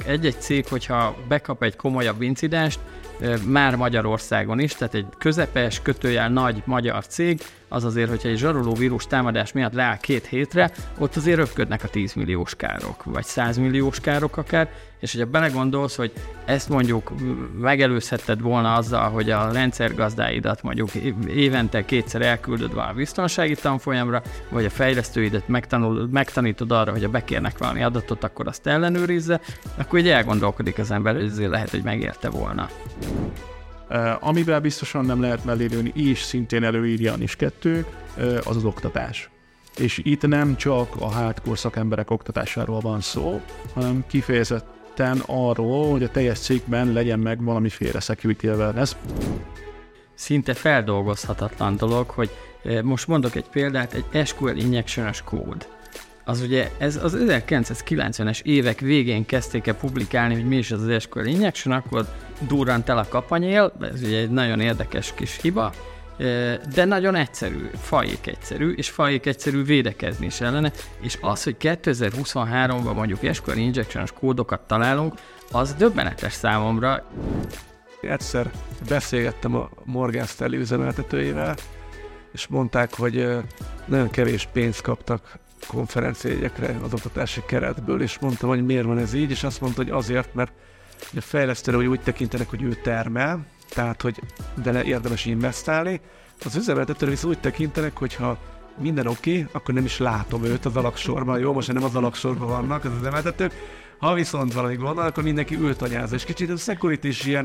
egy-egy cég, hogyha bekap egy komolyabb incidenst, már Magyarországon is, tehát egy közepes, nagy magyar cég, az azért, hogyha egy zsaroló vírus támadás miatt leáll 2 hétre, ott azért röpködnek a 10 milliós károk, vagy 100 milliós károk akár, és hogyha belegondolsz, hogy ezt mondjuk megelőzhetted volna azzal, hogy a rendszergazdáidat mondjuk évente 2-szer elküldöd valami biztonsági tanfolyamra, vagy a fejlesztőidet megtanítod arra, hogy ha bekérnek valami adatot, akkor azt ellenőrizze, akkor így elgondolkodik az ember, hogy ezért lehet, hogy megérte volna. Amivel biztosan nem lehet mellélőni, és szintén előírja a NIS2, az az oktatás. És itt nem csak a hardcore szakemberek oktatásáról van szó, hanem kifejezetten arról, hogy a teljes cégben legyen meg valamiféle security awareness. Szinte feldolgozhatatlan dolog, hogy most mondok egy példát, egy SQL injection-ös kód. Az ugye, ez az 1990-es évek végén kezdték el publikálni, hogy mi is az SQL injection, akkor durrant el a kapanyél, ez ugye egy nagyon érdekes kis hiba, de nagyon egyszerű, faék egyszerű védekezni is ellene, és az, hogy 2023-ban mondjuk SQL injection-os kódokat találunk, az döbbenetes számomra. Egyszer beszélgettem a Morgan Stanley üzemeltetőjével, és mondták, hogy nagyon kevés pénzt kaptak konferenciájegyekre az oktatási keretből, és mondtam, hogy miért van ez így, és azt mondta, hogy azért, mert a fejlesztőre úgy tekintenek, hogy ő termel, tehát, hogy vele érdemes investálni. Az üzemeltetőre viszont úgy tekintenek, hogy ha minden oké, akkor nem is látom őt az alaksorban. Jó, most nem az alaksorban vannak az üzemeltetők. Ha viszont valami gond van, akkor mindenki őt anyázza. És kicsit a security is ilyen.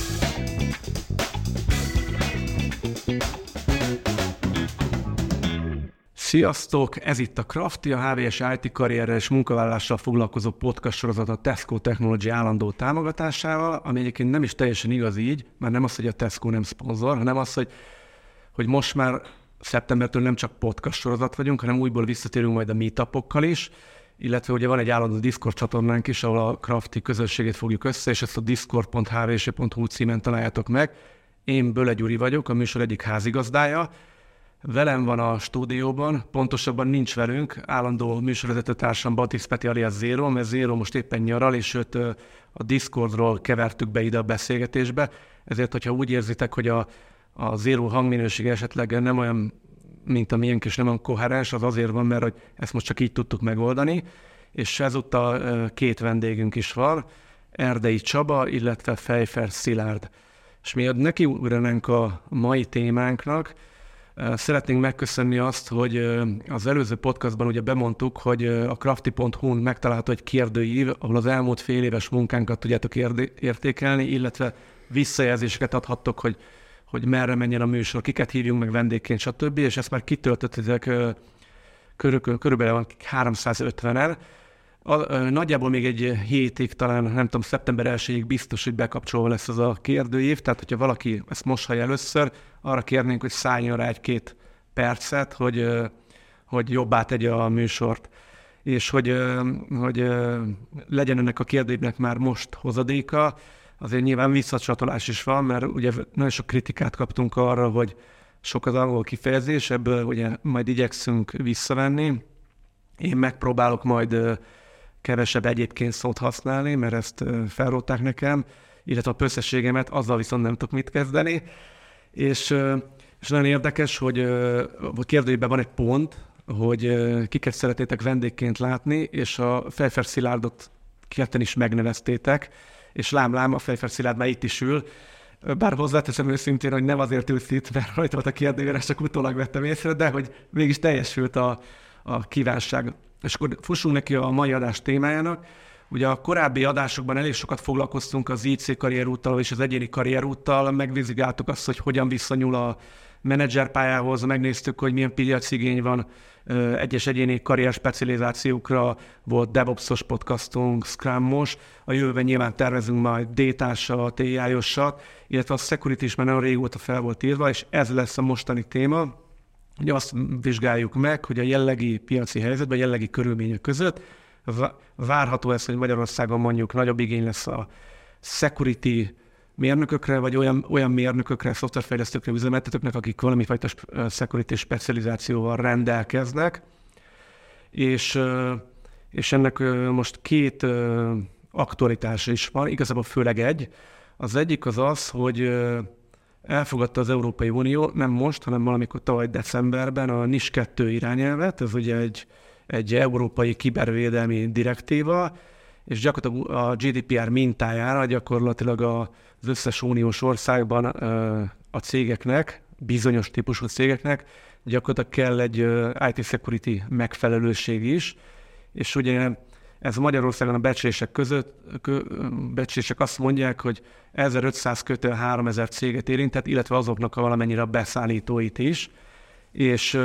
Sziasztok! Ez itt a Crafty, a HVS IT karrierrel és munkavállalással foglalkozó podcast sorozat a Tesco Technology állandó támogatásával, ami egyébként nem is teljesen igaz így, mert nem az, hogy a Tesco nem szponzor, hanem az, hogy most már szeptembertől nem csak podcast sorozat vagyunk, hanem újból visszatérünk majd a meetupokkal is, illetve ugye van egy állandó Discord csatornánk is, ahol a Crafty közösségét fogjuk össze, és ezt a discord.hvs.hu címen találjátok meg. Én Böle Gyuri vagyok, a műsor egyik házigazdája. Velem van a stúdióban, pontosabban nincs velünk, állandó műsorvezető társam Batix Peti alias Zero, mert Zero most éppen nyaral, és őt a Discordról kevertük be ide a beszélgetésbe, ezért, hogyha úgy érzitek, hogy a Zero hangminősége esetleg nem olyan, mint a miénk, és nem olyan koherens, az azért van, mert hogy ezt most csak így tudtuk megoldani, és ezúttal 2 vendégünk is van, Erdei Csaba, illetve Fejfer Szilárd. És mi nekiugranánk a mai témánknak. Szeretnénk megköszönni azt, hogy az előző podcastban ugye bemondtuk, hogy a crafty.hu-n megtalálható egy kérdőív, ahol az elmúlt fél éves munkánkat tudjátok értékelni, illetve visszajelzéseket adhattok, hogy merre menjen a műsor, kiket hívjunk meg vendégként, stb. És ezt már kitöltöttetek körülbelül 350-en. Nagyjából még egy hétig, talán nem tudom, szeptember 1-ig biztos, hogy bekapcsolva lesz az a kérdőív, tehát hogyha valaki ezt most hallja először, arra kérnénk, hogy szálljon rá 1-2 percet, hogy jobbá tegye a műsort, és hogy legyen ennek a kérdőívnek már most hozadéka. Azért nyilván visszacsatolás is van, mert ugye nagyon sok kritikát kaptunk arra, hogy sok az angol kifejezés, ebből ugye majd igyekszünk visszavenni. Én megpróbálok majd kevesebb egyébként szót használni, mert ezt felrótták nekem, illetve a összességemet, azzal viszont nem tudok mit kezdeni. És nagyon érdekes, hogy a kérdőjében van egy pont, hogy kiket szeretnétek vendégként látni, és a Fejfer Szilárdot ketten is megneveztétek, és lám, a Fejfer Szilárd már itt is ül. Bár hozzáteszem őszintén, hogy nem azért ülsz itt, mert rajta volt a kérdőjére, csak utólag vettem észre, de hogy mégis teljesült a kívánság. És akkor fussunk neki a mai adás témájának. Ugye a korábbi adásokban elég sokat foglalkoztunk az IC karrierúttal és az egyéni karrierúttal, megvizsgáltuk azt, hogy hogyan viszonyul a menedzserpályához, megnéztük, hogy milyen piacigény van egyes egyéni karrier specializációkra, volt DevOps-os podcastunk, Scrum-os, a jövőben nyilván tervezünk majd Data-sat, AI-osat, illetve a Security is már nagyon régóta fel volt írva, és ez lesz a mostani téma. Ugye azt vizsgáljuk meg, hogy a jelenlegi piaci helyzetben, a jelenlegi körülmények között várható ez, hogy Magyarországon mondjuk nagyobb igény lesz a security mérnökökre, vagy olyan mérnökökre, szoftverfejlesztőkre, üzemeltetőknek, akik valamifajta security specializációval rendelkeznek. És ennek most 2 aktualitás is van, igazából főleg egy. Az egyik az, hogy elfogadta az Európai Unió, nem most, hanem valamikor tavaly decemberben a NIS-2 irányelvet, ez ugye egy európai kibervédelmi direktíva, és gyakorlatilag a GDPR mintájára gyakorlatilag az összes uniós országban a cégeknek, bizonyos típusú cégeknek gyakorlatilag kell egy IT security megfelelőség is, és ugye ez Magyarországon a becslések azt mondják, hogy 1500-3000 céget érintett, illetve azoknak a valamennyire a beszállítóit is, és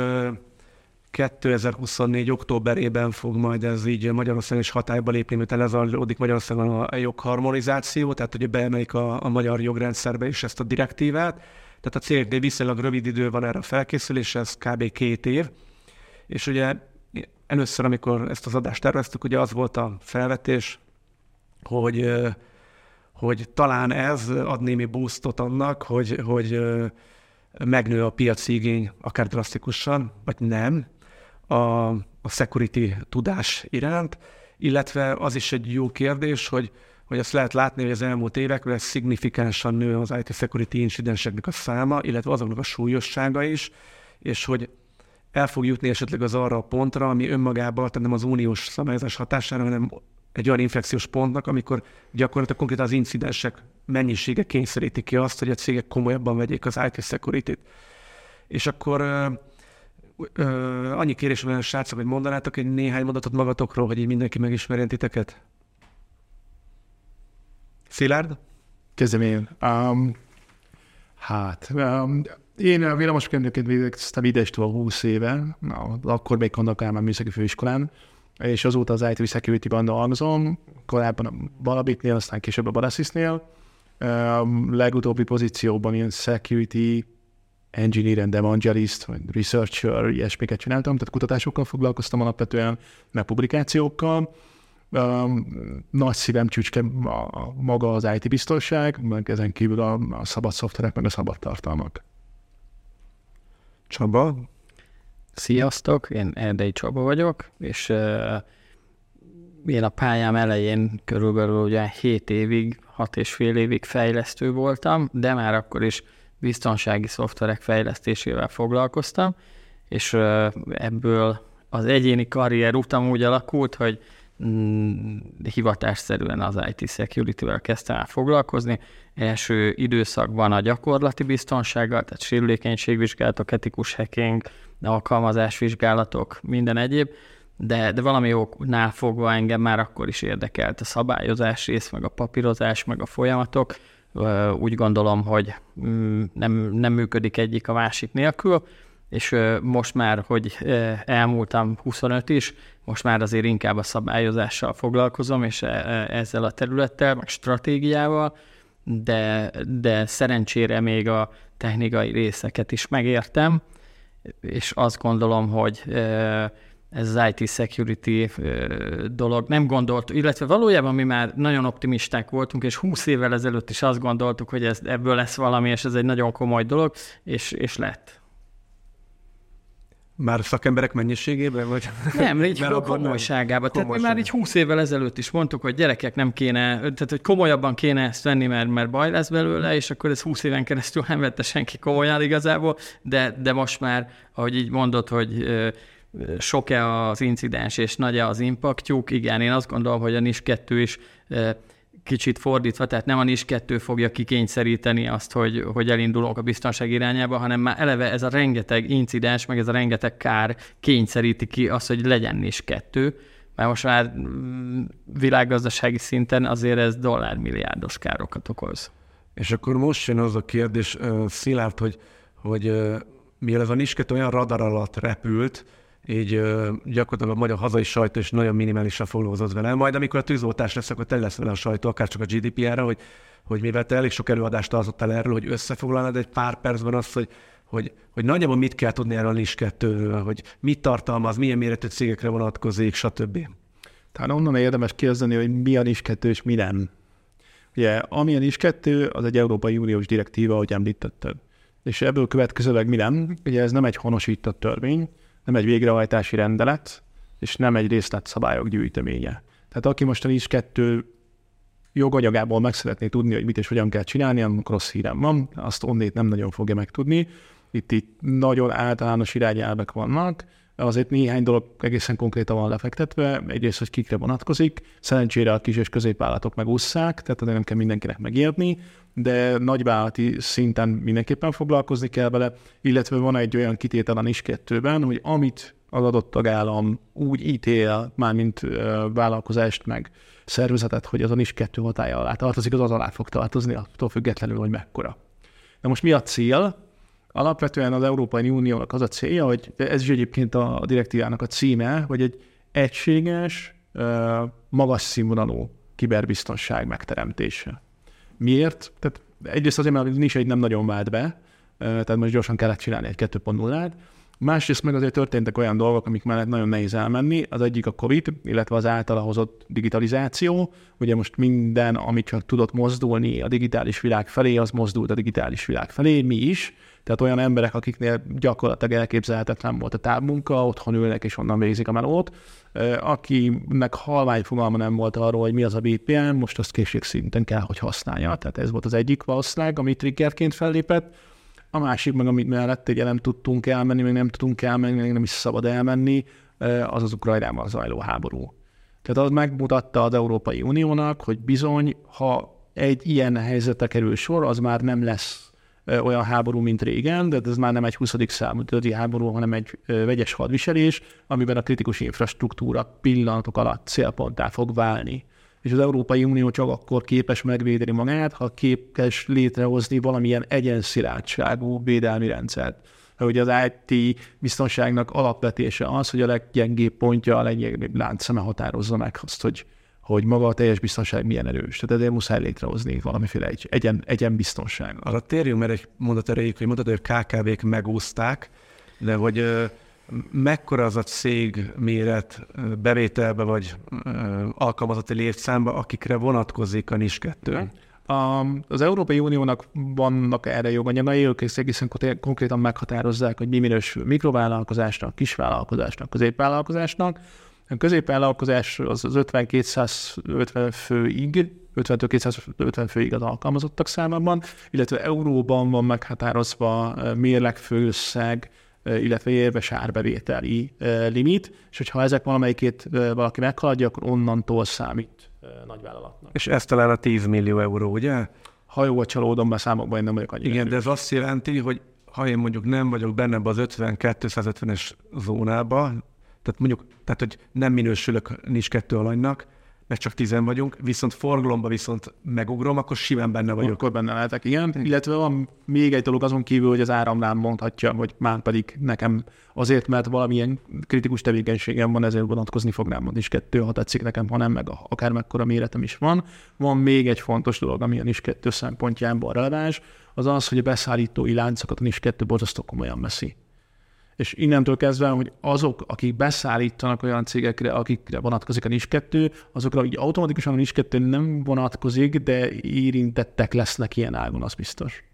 2024. októberében fog majd ez így Magyarországon is hatályba lépni, miután lezajlódik Magyarországon a jogharmonizáció, tehát ugye beemelik a magyar jogrendszerbe is ezt a direktívát. Tehát a cégeknél viszonylag rövid idő van erre a felkészülésre, ez kb. 2 év. És ugye először, amikor ezt az adást terveztük, ugye az volt a felvetés, hogy talán ez ad némi boostot annak, hogy megnő a piaci igény akár drasztikusan, vagy nem a security tudás iránt, illetve az is egy jó kérdés, hogy azt lehet látni, hogy az elmúlt években szignifikánsan nő az IT security incidenseknek a száma, illetve azoknak a súlyossága is, és hogy el fog jutni esetleg az arra a pontra, ami önmagában, tehát nem az uniós szabályozás hatására, hanem egy olyan inflexiós pontnak, amikor gyakorlatilag konkrétan az incidensek mennyisége kényszeríti ki azt, hogy a cégek komolyabban vegyék az IT security-t. És akkor annyi kérésem van, srácok, hogy mondanátok egy néhány mondatot magatokról, hogy így mindenki megismerjen titeket. Szilárd? Kezdem én. Én a villamosmérnökként végeztem idestől 20 éve, akkor még Kandakálmán műszaki főiskolán, és azóta az IT Security-ban dolgozom, korábban a Balabitnél, aztán később a Balassisnél. Legutóbbi pozícióban ilyen security engineer and evangelist, vagy researcher, ilyesmiket csináltam, tehát kutatásokkal foglalkoztam alapvetően, meg publikációkkal. Nagy szívem csücske maga az IT biztonság, meg ezen kívül a szabad szoftverek, meg a szabad tartalmak. Csaba? Sziasztok, én Erdei Csaba vagyok, és én a pályám elején körülbelül ugye 7 évig, 6,5 évig fejlesztő voltam, de már akkor is biztonsági szoftverek fejlesztésével foglalkoztam, és ebből az egyéni karrier utam úgy alakult, hogy hivatásszerűen az IT security-vel kezdtem el foglalkozni. Első időszakban a gyakorlati biztonsággal, tehát sérülékenységvizsgálatok, etikus hacking, alkalmazásvizsgálatok, minden egyéb, de valami oknál fogva engem már akkor is érdekelt a szabályozás rész, meg a papírozás, meg a folyamatok. Úgy gondolom, hogy nem működik egyik a másik nélkül, és most már, hogy elmúltam 25 is, most már azért inkább a szabályozással foglalkozom, és ezzel a területtel, meg stratégiával, de szerencsére még a technikai részeket is megértem, és azt gondolom, hogy ez az IT security dolog nem gondolt, illetve valójában mi már nagyon optimisták voltunk, és 20 évvel ezelőtt is azt gondoltuk, hogy ebből lesz valami, és ez egy nagyon komoly dolog, és lett. Már szakemberek mennyiségében? Vagy? Nem, így komolyságában. Tehát mi már így 20 évvel ezelőtt is mondtuk, hogy gyerekek nem kéne, tehát hogy komolyabban kéne ezt venni, mert baj lesz belőle, és akkor ez 20 éven keresztül nem vette senki komolyan igazából, de most már, ahogy így mondod, hogy sok-e az incidens és nagy-e az impaktjuk, igen, én azt gondolom, hogy a NIS-2 is kicsit fordítva, tehát nem a NIS-2 fogja kikényszeríteni azt, hogy elindulunk a biztonság irányába, hanem már eleve ez a rengeteg incidens, meg ez a rengeteg kár kényszeríti ki azt, hogy legyen NIS-2, mert most már világgazdasági szinten azért ez dollármilliárdos károkat okoz. És akkor most jön az a kérdés, Szilárd, hogy mivel ez a NIS-2 olyan radar alatt repült, így gyakorlatilag a magyar hazai sajtó is nagyon minimálisan foglalkozott vele. Majd amikor a tűzoltás lesz, akkor tele lesz vele a sajtó, akár csak a GDPR-ra, hogy mivel te elég sok előadást tartottál erről, hogy összefoglalnád egy pár percben azt, hogy nagyjából mit kell tudni erről a NIS-2-ről, hogy mit tartalmaz, milyen méretű cégekre vonatkozik, stb. Tehát onnan érdemes kérdezni, hogy mi a NIS-2 és mi nem. Ugye, ami a NIS-2, az egy Európai Uniós direktíva, ahogy említetted. És ebből következőleg mi nem? Ugye ez nem egy honosított törvény, nem egy végrehajtási rendelet, és nem egy részletszabályok gyűjteménye. Tehát aki most a NIS-2 joganyagából meg szeretné tudni, hogy mit és hogyan kell csinálni, annak rossz hírem van, azt onnét nem nagyon fogja megtudni. Itt nagyon általános irányelvek vannak, azért néhány dolog egészen konkrétan van lefektetve, egyrészt, hogy kikre vonatkozik, szerencsére a kis és középvállalatok megússzák, tehát azért nem kell mindenkinek megérni, de nagyvállalati szinten mindenképpen foglalkozni kell vele, illetve van egy olyan kitétel a NIS 2-ben, hogy amit az adott tagállam úgy ítél, mármint vállalkozást meg szervezetet, hogy az a NIS 2 hatálya alá tartozik, az alá fog tartozni, attól függetlenül, hogy mekkora. Na most mi a cél? Alapvetően az Európai Uniónak az a célja, hogy ez is egyébként a direktívának a címe, hogy egy egységes, magas színvonalú kiberbiztonság megteremtése. Miért? Tehát egyrészt azért, mert a NIS 1 nem nagyon vált be, tehát most gyorsan kellett csinálni egy 2.0-át. Másrészt meg azért történtek olyan dolgok, amik mellett nagyon nehéz elmenni. Az egyik a Covid, illetve az általa hozott digitalizáció. Ugye most minden, amit csak tudott mozdulni a digitális világ felé, az mozdult a digitális világ felé, mi is. Tehát olyan emberek, akiknél gyakorlatilag elképzelhetetlen volt a távmunka, otthon ülnek és onnan végzik a melót. Akinek halvány fogalma nem volt arról, hogy mi az a VPN, most azt készségszinten kell, hogy használja. Tehát ez volt az egyik valószínűleg, ami triggerként fellépett. A másik meg, amit mellett ugye nem tudtunk elmenni, még nem tudunk elmenni, még nem is szabad elmenni, az az Ukrajnában zajló háború. Tehát az megmutatta az Európai Uniónak, hogy bizony, ha egy ilyen helyzetre kerül sor, az már nem lesz olyan háború, mint régen, de ez már nem egy 20. századi háború, hanem egy vegyes hadviselés, amiben a kritikus infrastruktúra pillanatok alatt célponttá fog válni. És az Európai Unió csak akkor képes megvédeni magát, ha képes létrehozni valamilyen egyenszilátságú védelmi rendszert. Hogy az IT biztonságnak alapvetése az, hogy a leggyengébb pontja, a leggyengébb láncszeme határozza meg azt, hogy maga a teljes biztonság milyen erős. Tehát ezért muszáj létrehozni valamiféle egyenbiztonság. Arra térjünk, mert egy mondat erejéig, hogy mondtad, hogy a KKV-k megúszták, de hogy mekkora az a cég méret bevételbe vagy alkalmazotti létszámba, akikre vonatkozik a NIS 2? Az Európai Uniónak vannak erre joganyagai, ők egészen konkrétan meghatározzák, hogy mi minősül mikrovállalkozásnak, kisvállalkozásnak, középvállalkozásnak. A középvállalkozás az 50-250 főig, 50-250 főig az alkalmazottak számában, illetve euróban van meghatározva mérlegfőösszeg, illetve éves árbevételi limit, és hogyha ezek valamelyikét valaki meghaladja, akkor onnantól számít nagyvállalatnak. És ez talán a 10 millió euró, ugye? Ha jól csalódom, mert számokban én nem vagyok annyira. Igen, de ez azt jelenti, hogy ha én mondjuk nem vagyok benne az 50-250-es zónában, tehát hogy nem minősülök NIS 2 alanynak, mert csak 10 vagyunk, viszont forgalomba viszont megugrom, akkor simán benne vagyok. Akkor benne lehetek, igen. Illetve van még egy dolog azon kívül, hogy az áramlám mondhatja, hogy már pedig nekem azért, mert valamilyen kritikus tevékenységem van, ezért vonatkozni fog rám a NIS 2, ha tetszik nekem, ha nem, meg akár mekkora méretem is van. Van még egy fontos dolog, ami a NIS 2 szempontjából releváns, az az, hogy a beszállítói láncokat a NIS 2 borzasztó komolyan veszi. És innentől kezdve, hogy azok, akik beszállítanak olyan cégekre, akikre vonatkozik a NIS 2, azokra így automatikusan a NIS 2 nem vonatkozik, de érintettek lesznek ilyen ágon, az biztos.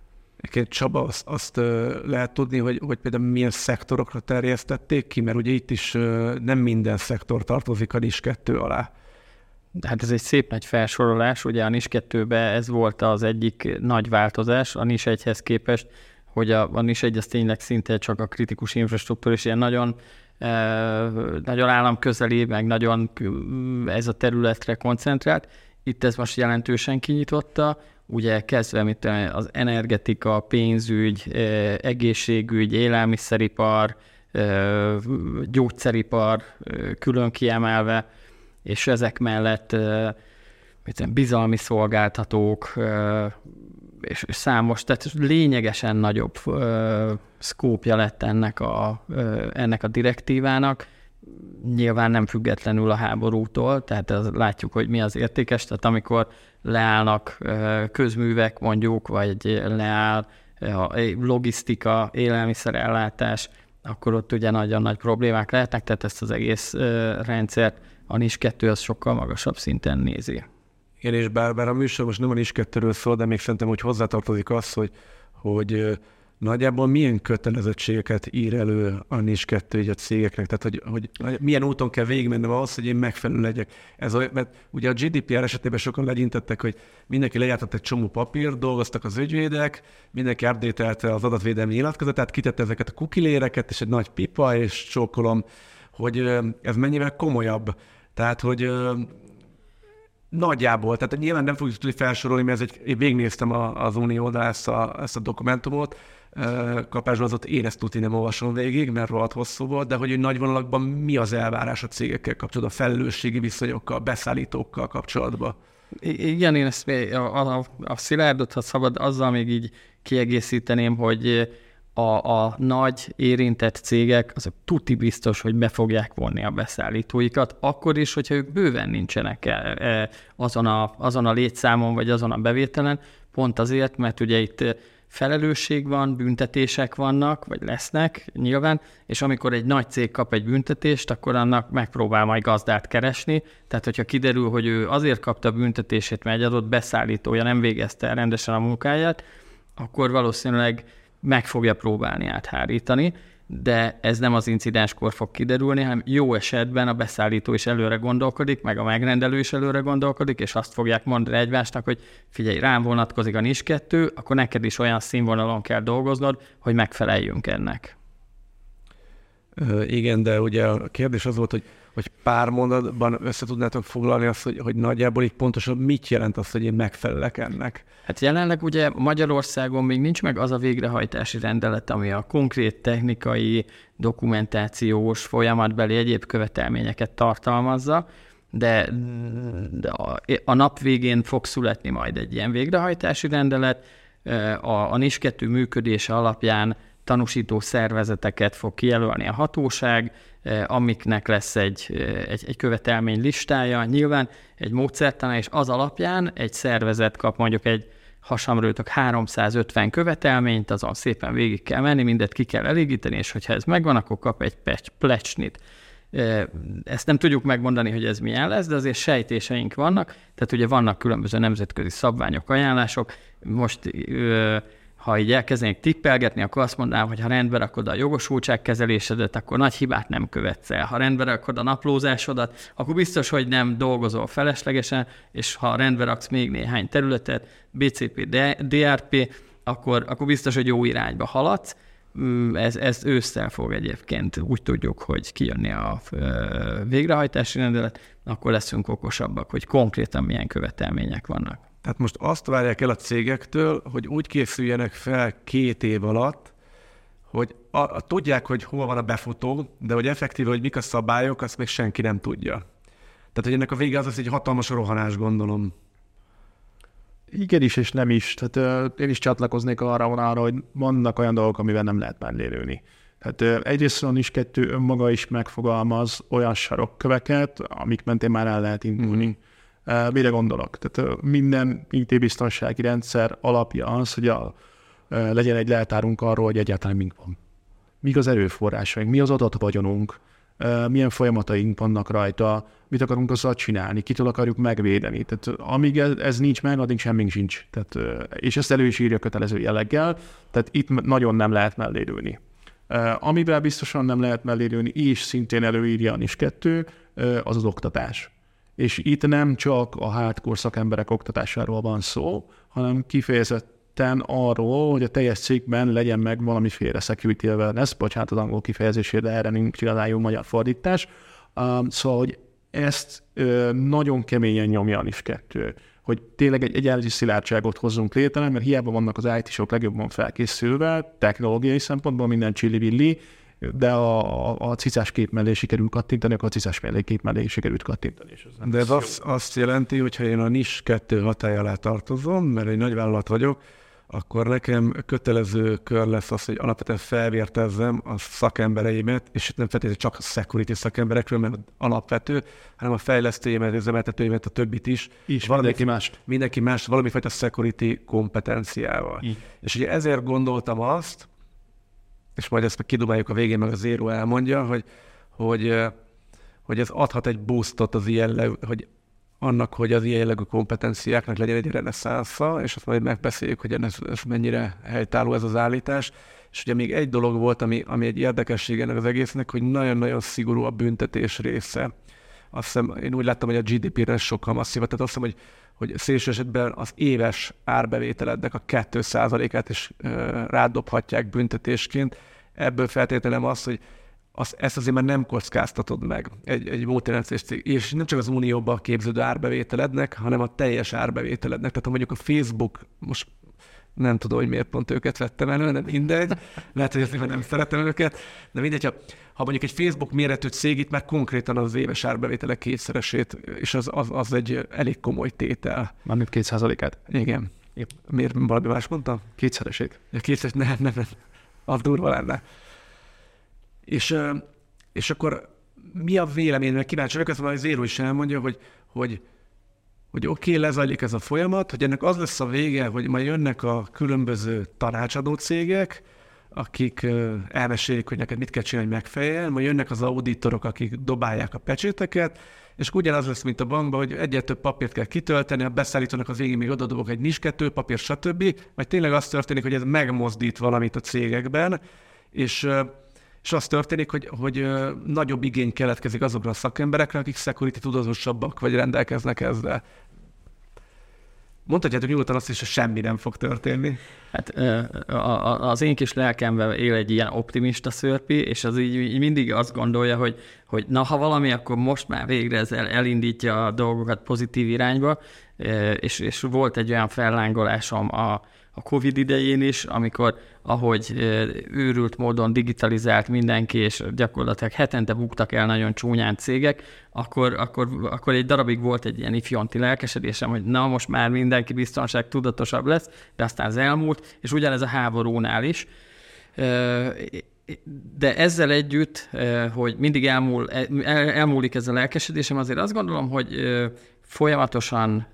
Csaba, azt lehet tudni, hogy például milyen szektorokra terjesztették ki, mert ugye itt is nem minden szektor tartozik a NIS 2 alá. Hát ez egy szép nagy felsorolás, ugye a NIS 2-ben ez volt az egyik nagy változás a NIS 1-hez képest, hogy a NIS 1 az tényleg szinte csak a kritikus infrastruktúra, és ilyen nagyon államközeli, meg nagyon ez a területre koncentrált. Itt ez most jelentősen kinyitotta, ugye kezdve az energetika, pénzügy, egészségügy, élelmiszeripar, gyógyszeripar külön kiemelve, és ezek mellett bizalmi szolgáltatók, és számos, tehát lényegesen nagyobb szkópja lett ennek a direktívának, nyilván nem függetlenül a háborútól, tehát látjuk, hogy mi az értékes, tehát amikor leállnak közművek mondjuk, vagy leáll a logisztika, élelmiszerellátás, akkor ott ugye nagyon nagy problémák lehetnek, tehát ezt az egész rendszert a NIS 2 az sokkal magasabb szinten nézi. Igen, és bár a műsor most nem a NIS 2-ről szól, de még szerintem úgy hozzátartozik az, hogy nagyjából milyen kötelezettségeket ír elő a NIS 2 így a cégeknek? Tehát, hogy milyen úton kell végigmennem ahhoz, hogy én megfelelő legyek. Mert ugye a GDPR esetében sokan legyintettek, hogy mindenki lejártott egy csomó papírt, dolgoztak az ügyvédek, mindenki update-elte az adatvédelmi nyilatkozatát, kitette ezeket a kukiléreket, és egy nagy pipa, és csókolom, hogy ez mennyivel komolyabb. Tehát, hogy nagyjából, tehát nyilván nem fogjuk tudni felsorolni, mert én végignéztem az Unió oldalán ezt a dokumentumot, kapásból az ott én ezt tudni nem olvasom végig, mert rohadt hosszú volt, de hogy nagy vonalakban mi az elvárás a cégekkel kapcsolatban, a felelősségi viszonyokkal, beszállítókkal kapcsolatban? Igen, én ezt a Szilárdot, ha szabad, azzal még így kiegészíteném, hogy a nagy érintett cégek, azok tuti biztos, hogy be fogják vonni a beszállítóikat, akkor is, hogyha ők bőven nincsenek azon a létszámon, vagy azon a bevételen, pont azért, mert ugye itt felelősség van, büntetések vannak, vagy lesznek nyilván, és amikor egy nagy cég kap egy büntetést, akkor annak megpróbál majd gazdát keresni, tehát hogyha kiderül, hogy ő azért kapta a büntetését, mert egy adott beszállítója nem végezte el rendesen a munkáját, akkor valószínűleg meg fogja próbálni áthárítani, de ez nem az incidenskor fog kiderülni, hanem jó esetben a beszállító is előre gondolkodik, meg a megrendelő is előre gondolkodik, és azt fogják mondani egymásnak, hogy figyelj, rám vonatkozik a NIS 2, akkor neked is olyan színvonalon kell dolgoznod, hogy megfeleljünk ennek. Igen, de ugye a kérdés az volt, hogy pár mondatban össze tudnátok foglalni azt, hogy nagyjából így pontosan mit jelent az, hogy én megfelelek ennek? Hát jelenleg ugye Magyarországon még nincs meg az a végrehajtási rendelet, ami a konkrét technikai, dokumentációs, folyamatbeli egyéb követelményeket tartalmazza, de a nap végén fog születni majd egy ilyen végrehajtási rendelet. A NIS 2 működése alapján tanúsító szervezeteket fog kijelölni a hatóság, amiknek lesz egy követelmény listája, nyilván egy módszertana, és az alapján egy szervezet kap mondjuk egy hasamrőtök 350 követelményt, azon szépen végig kell menni, mindet ki kell elégíteni, és hogyha ez megvan, akkor kap egy plecsnit. Ezt nem tudjuk megmondani, hogy ez milyen lesz, de azért sejtéseink vannak, tehát ugye vannak különböző nemzetközi szabványok, ajánlások. Most ha így elkezdenék tippelgetni, akkor azt mondanám, hogy ha rendbe rakod a jogosultságkezelésedet, akkor nagy hibát nem követsz el. Ha rendbe rakod a naplózásodat, akkor biztos, hogy nem dolgozol feleslegesen, és ha rendbe raksz még néhány területet, BCP, DRP, akkor biztos, hogy jó irányba haladsz. Ez ősszel fog egyébként, úgy tudjuk, hogy kijönni a végrehajtási rendelet, akkor leszünk okosabbak, hogy konkrétan milyen követelmények vannak. Tehát most azt várják el a cégektől, hogy úgy készüljenek fel 2 év alatt, hogy tudják, hogy hol van a befutó, de hogy effektíve, hogy mik a szabályok, azt még senki nem tudja. Tehát, hogy ennek a vége az egy hatalmas rohanás, gondolom. Igen is, és nem is. Tehát én is csatlakoznék arra, hogy vannak olyan dolgok, amivel nem lehet mellélőni. Tehát egyrészt a NIS 2 önmaga is megfogalmaz olyan sarokköveket, amik mentén már el lehet indulni. Mire gondolok? Tehát minden IT-biztonsági rendszer alapja az, hogy legyen egy leltárunk arról, hogy egyáltalán mink van. Mik az erőforrásaink, mi az adatvagyonunk, milyen folyamataink vannak rajta, mit akarunk azzal csinálni, kitől akarjuk megvédeni. Tehát amíg ez nincs meg, addig semmink sincs. Tehát, és ezt elő is írja kötelező jelleggel, tehát itt nagyon nem lehet mellélőni. Amivel biztosan nem lehet mellélőni, és szintén előírja a NIS 2, az az oktatás. És itt nem csak a hardcore szakemberek oktatásáról van szó, hanem kifejezetten arról, hogy a teljes cégben legyen meg valamiféle security awareness, bocsánat az angol kifejezésére, de erre nincs igazán jó magyar fordítás. Szóval, hogy ezt nagyon keményen nyomja a NIS 2, hogy tényleg egy egyenlő szilárdságot hozzunk létre, mert hiába vannak az IT-sok legjobban felkészülve, technológiai szempontból minden csillivilli, de a cicás kép mellé sikerül kattintani, akkor a cicás kép mellé sikerült kattintani. De ez azt jelenti, hogy ha én a NIS 2 hatály alá tartozom, mert egy nagyvállalat vagyok, akkor nekem kötelező kör lesz az, hogy alapvetően felvértezzem a szakembereimet, és nem feltétlenül csak a security szakemberekről, mert alapvető, hanem a fejlesztőimet, üzemeltetőimet, a többit is. Mindenki más valamifajta security kompetenciával. És ugye ezért gondoltam azt, és majd ezt meg kidumáljuk a végén, meg a Zero elmondja, hogy ez adhat egy boostot az ilyen, hogy annak, hogy az ilyen jellegű kompetenciáknak legyen egy reneszánsza, és azt majd megbeszéljük, hogy ez mennyire helytálló ez az állítás. És ugye még egy dolog volt, ami egy érdekesség ennek az egésznek, hogy nagyon-nagyon szigorú a büntetés része. Azt hiszem, én úgy láttam, hogy a GDP-re sokkal masszívabb, tehát azt hiszem, hogy szélső esetben az éves árbevételednek a 2%-át is rádobhatják büntetésként. Ebből feltételem az, hogy ezt azért már nem kockáztatod meg egy multinacionális cég. És nem csak az unióban képződő árbevételednek, hanem a teljes árbevételednek. Tehát ha mondjuk a Facebook, most nem tudom, hogy miért pont őket vettem elő, nem mindegy, lehet, hogy azért nem szeretem őket, de mindegy, ha mondjuk egy Facebook méretű cég itt már konkrétan az éves árbevételek kétszeresét, és az egy elég komoly tétel. Mármint 2%-át? Igen. Yep. Miért valami más mondtam? Kétszeresét. Ja, kétszeres, nem. Az durva lenne. És akkor mi a vélemény, mert kíváncsi vagyok, ezt már az Zero is elmondja, hogy oké, lezajlik ez a folyamat, hogy ennek az lesz a vége, hogy majd jönnek a különböző tanácsadó cégek, akik elmesélik, hogy neked mit kell csinálni, hogy megfeleljen, majd jönnek az auditorok, akik dobálják a pecséteket, és ugyanaz lesz, mint a bankban, hogy egyre több papírt kell kitölteni, a beszállítónak az végén még odadobok egy NIS2 papír, stb. Majd tényleg az történik, hogy ez megmozdít valamit a cégekben, és az történik, hogy nagyobb igény keletkezik azokra a szakemberekre, akik security tudatosabbak, vagy rendelkeznek ezzel. Mondhatjátok nyugodtan azt is, hogy semmi nem fog történni. Hát az én kis lelkemben él egy ilyen optimista szörpi, és az így mindig azt gondolja, hogy na, ha valami, akkor most már végre ez elindítja a dolgokat pozitív irányba, és volt egy olyan fellángolásom a Covid idején is, amikor ahogy őrült módon digitalizált mindenki, és gyakorlatilag hetente buktak el nagyon csúnyán cégek, akkor egy darabig volt egy ilyen ifjonti lelkesedésem, hogy na, most már mindenki biztonság tudatosabb lesz, de aztán ez elmúlt, és ugyanez a háborúnál is. De ezzel együtt, hogy mindig elmúlik ez a lelkesedésem, azért azt gondolom, hogy folyamatosan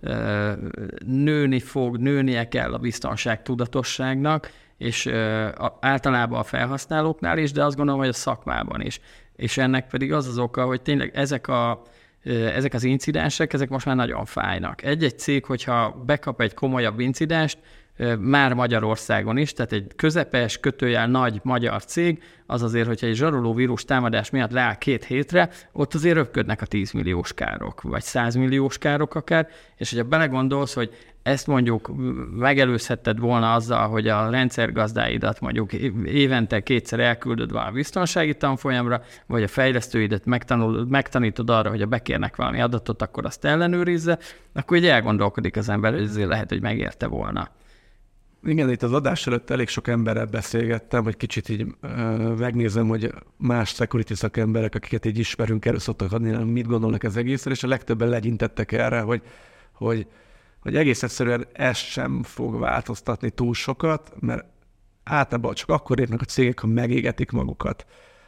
nőnie kell a biztonság tudatosságnak, és általában a felhasználóknál is, de azt gondolom, hogy a szakmában is. És ennek pedig az oka, hogy tényleg ezek az incidensek, ezek most már nagyon fájnak. Egy-egy cég, hogyha bekap egy komolyabb incidenst, már Magyarországon is, tehát egy közepes, nagy magyar cég, az azért, hogyha egy zsaroló vírus támadás miatt leáll 2 hétre, ott azért röpködnek a 10 milliós károk, vagy 100 milliós károk akár, és hogyha belegondolsz, hogy ezt mondjuk megelőzhetted volna azzal, hogy a rendszergazdáidat mondjuk évente 2-szer elküldöd valami biztonsági tanfolyamra, vagy a fejlesztőidet megtanítod arra, hogy ha bekérnek valami adatot, akkor azt ellenőrizze, akkor így elgondolkodik az ember, hogy ezért lehet, hogy megérte volna. Igen, itt az adás előtt elég sok emberrel beszélgettem, hogy kicsit így megnézem, hogy más security szakemberek, akiket így ismerünk, erről szoktak adni, mit gondolnak ez egészről, és a legtöbben legyintettek erre, hogy egész egyszerűen ez sem fog változtatni túl sokat, mert általában csak akkor érnek a cégek, ha megégetik magukat.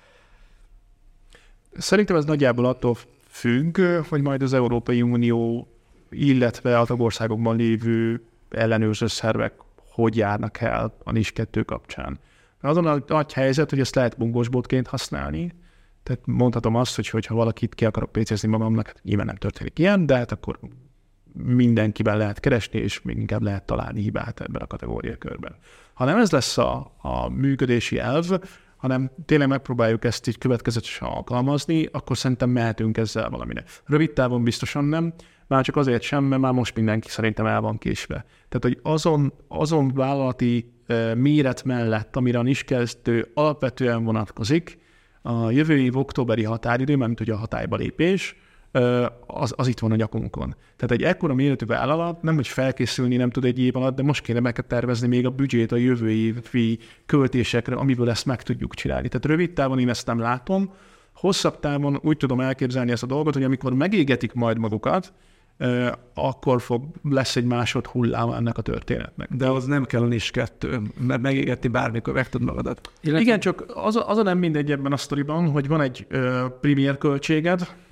Szerintem ez nagyjából attól függ, hogy majd az Európai Unió, illetve a tagországokban lévő ellenőrző szervek hogy járnak el a NIS2 kapcsán. Azon a nagy helyzet, hogy ezt lehet bunkósbotként használni, tehát mondhatom azt, hogy ha valakit ki akarok PC-zni magamnak, hát nyilván nem történik ilyen, de hát akkor mindenkiben lehet keresni, és még inkább lehet találni hibát ebben a kategóriakörben. Ha nem ez lesz a működési elv, hanem tényleg megpróbáljuk ezt így következetesen alkalmazni, akkor szerintem mehetünk ezzel valamire. Rövid távon biztosan nem, már csak azért sem, mert már most mindenki szerintem el van késve. Tehát, hogy azon vállalati méret mellett, amire a NIS2 alapvetően vonatkozik, a jövő év októberi határidő, mert ugye a hatályba lépés, az itt van a nyakunkon. Tehát egy ekkora méretű vállalat nem, hogy felkészülni nem tud egy év alatt, de most kéne meg tervezni még a büdzsét a jövő évi költésekre, amiből ezt meg tudjuk csinálni. Tehát rövid távon én ezt nem látom, hosszabb távon úgy tudom elképzelni ezt a dolgot, hogy amikor megégetik majd magukat, akkor lesz egy másodhullám ennek a történetnek. De az nem kell a NIS2, mert megégetni bármikor meg tud magadat. Igen, csak az a nem mindegy ebben a sztoriban, hogy van egy primér költséged,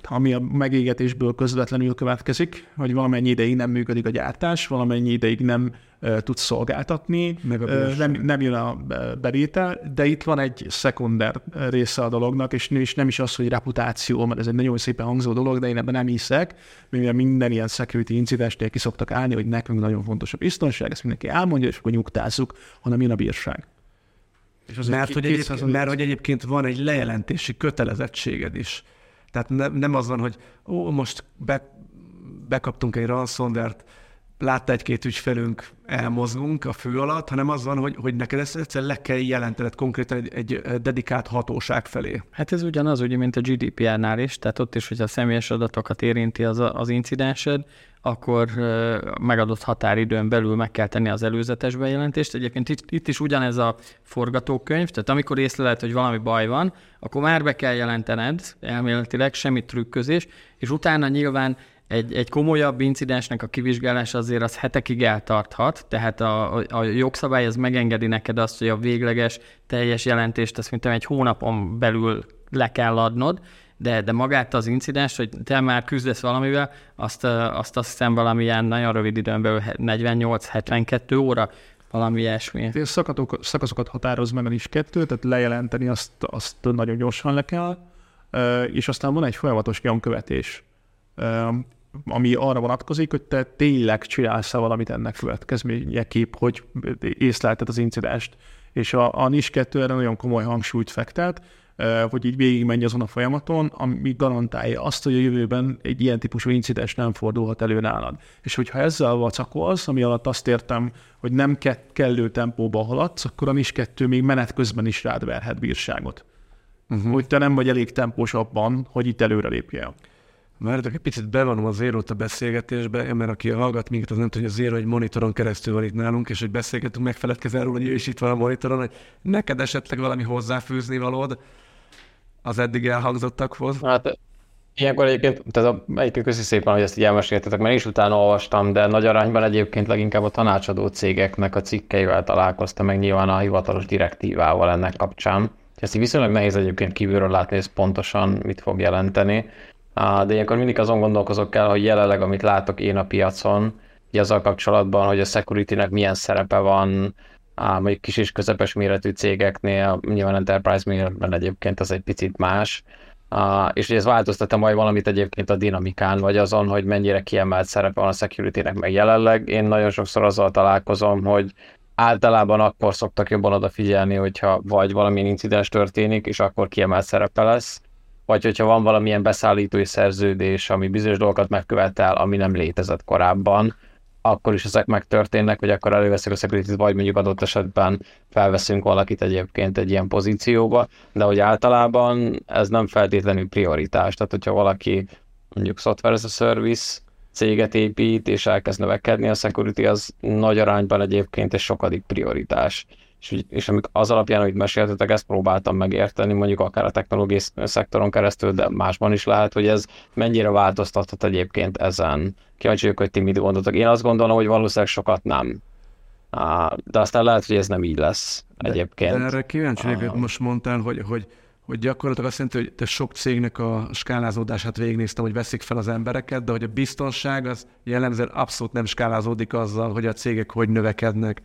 ami a megégetésből közvetlenül következik, hogy valamennyi ideig nem működik a gyártás, valamennyi ideig nem tudsz szolgáltatni, nem jön a bevétel, de itt van egy szekunder része a dolognak, és nem is az, hogy reputáció, mert ez egy nagyon szépen hangzó dolog, de én ebben nem hiszek, mivel minden ilyen security incidensnél ki szoktak állni, hogy nekünk nagyon fontos a biztonság, ezt mindenki elmondja, és akkor nyugtázzuk, hanem jön a bírság. Mert hogy egyébként van egy lejelentési kötelezettséged is. Tehát nem az van, hogy most bekaptunk egy ransomware-t, látta egy-két ügyfelünk, elmozgunk a fő alatt, hanem az van, hogy neked ezt egyszer le kell jelentened konkrétan egy dedikált hatóság felé. Hát ez ugyanaz, ugye, mint a GDPR-nál is, tehát ott is, hogyha a személyes adatokat érinti az incidensed, akkor megadott határidőn belül meg kell tenni az előzetes bejelentést. Egyébként itt is ugyanez a forgatókönyv, tehát amikor észleled, hogy valami baj van, akkor már be kell jelentened elméletileg, semmi trükközés, és utána nyilván egy komolyabb incidensnek a kivizsgálása azért az hetekig eltarthat, tehát a jogszabály az megengedi neked azt, hogy a végleges, teljes jelentést azt mint egy hónapon belül le kell adnod, de magát az incidens, hogy te már küzdesz valamivel, azt hiszem valamilyen nagyon rövid időn belül 48-72 óra, valami ilyesmi. Szakaszokat határoz meg a NIS2, tehát lejelenteni azt nagyon gyorsan le kell, és aztán van egy folyamatos nyomkövetés, ami arra vonatkozik, hogy te tényleg csinálsz valamit ennek következményeképp, hogy észlelted az incidenst. És a NIS2 erre nagyon komoly hangsúlyt fektet, hogy így végigmenj azon a folyamaton, ami garantálja azt, hogy a jövőben egy ilyen típusú incidens nem fordulhat elő nálad. És hogyha ezzel vacakolsz, ami alatt azt értem, hogy nem kellő tempóba haladsz, akkor a NIS2 még menet közben is rád verhet bírságot. Hogy te nem vagy elég tempós abban, hogy itt előre lépjél. Várjátok, egy picit bevonom a Zérót a beszélgetésbe, mert aki hallgat minket, az nem tudja, hogy a Zéró egy monitoron keresztül van itt nálunk, és hogy beszélgetünk, megfeledkezel róla, hogy ő is itt van a monitoron, hogy neked esetleg valami hozzáfűzni valód az eddig elhangzottakhoz. Hát ilyenkor egyébként köszi szépen, hogy ezt így elmeséltetek, mert én is utána olvastam, de nagy arányban egyébként leginkább a tanácsadó cégeknek a cikkeivel találkoztam, meg nyilván a hivatalos direktívával ennek kapcsán. Ezt így viszonylag nehéz egyébként kívülről látni, hogy ez pontosan mit fog jelenteni. De ilyenkor mindig azon gondolkozok el, hogy jelenleg, amit látok én a piacon, így azzal kapcsolatban, hogy a security-nek milyen szerepe van, mondjuk kis és közepes méretű cégeknél, nyilván enterprise méretben egyébként az egy picit más, és hogy ez változtat-e majd valamit egyébként a dinamikán, vagy azon, hogy mennyire kiemelt szerepe van a security-nek meg jelenleg. Én nagyon sokszor azzal találkozom, hogy általában akkor szoktak jobban odafigyelni, hogyha vagy valamilyen incidens történik, és akkor kiemelt szerepe lesz, vagy hogyha van valamilyen beszállítói szerződés, ami bizonyos dolgokat megkövetel, ami nem létezett korábban, akkor is ezek megtörténnek, vagy akkor előveszünk a security-t, vagy mondjuk adott esetben felveszünk valakit egyébként egy ilyen pozícióba, de hogy általában ez nem feltétlenül prioritás. Tehát, hogyha valaki mondjuk software as a service céget épít, és elkezd növekedni, a security az nagy arányban egyébként egy sokadik prioritás. És az alapján, amit meséltetek, ezt próbáltam megérteni, mondjuk akár a technológiai szektoron keresztül, de másban is lehet, hogy ez mennyire változtathat egyébként ezen. Kíváncsi vagyok, hogy ti mit gondoltok. Én azt gondolom, hogy valószínűleg sokat nem. De aztán lehet, hogy ez nem így lesz egyébként. De erre kíváncsi vagyok, hogy most mondtál, hogy gyakorlatilag azt jelenti, hogy te sok cégnek a skálázódását végignéztem, hogy veszik fel az embereket, de hogy a biztonság az jellemzően abszolút nem skálázódik azzal, hogy a cégek hogy növekednek.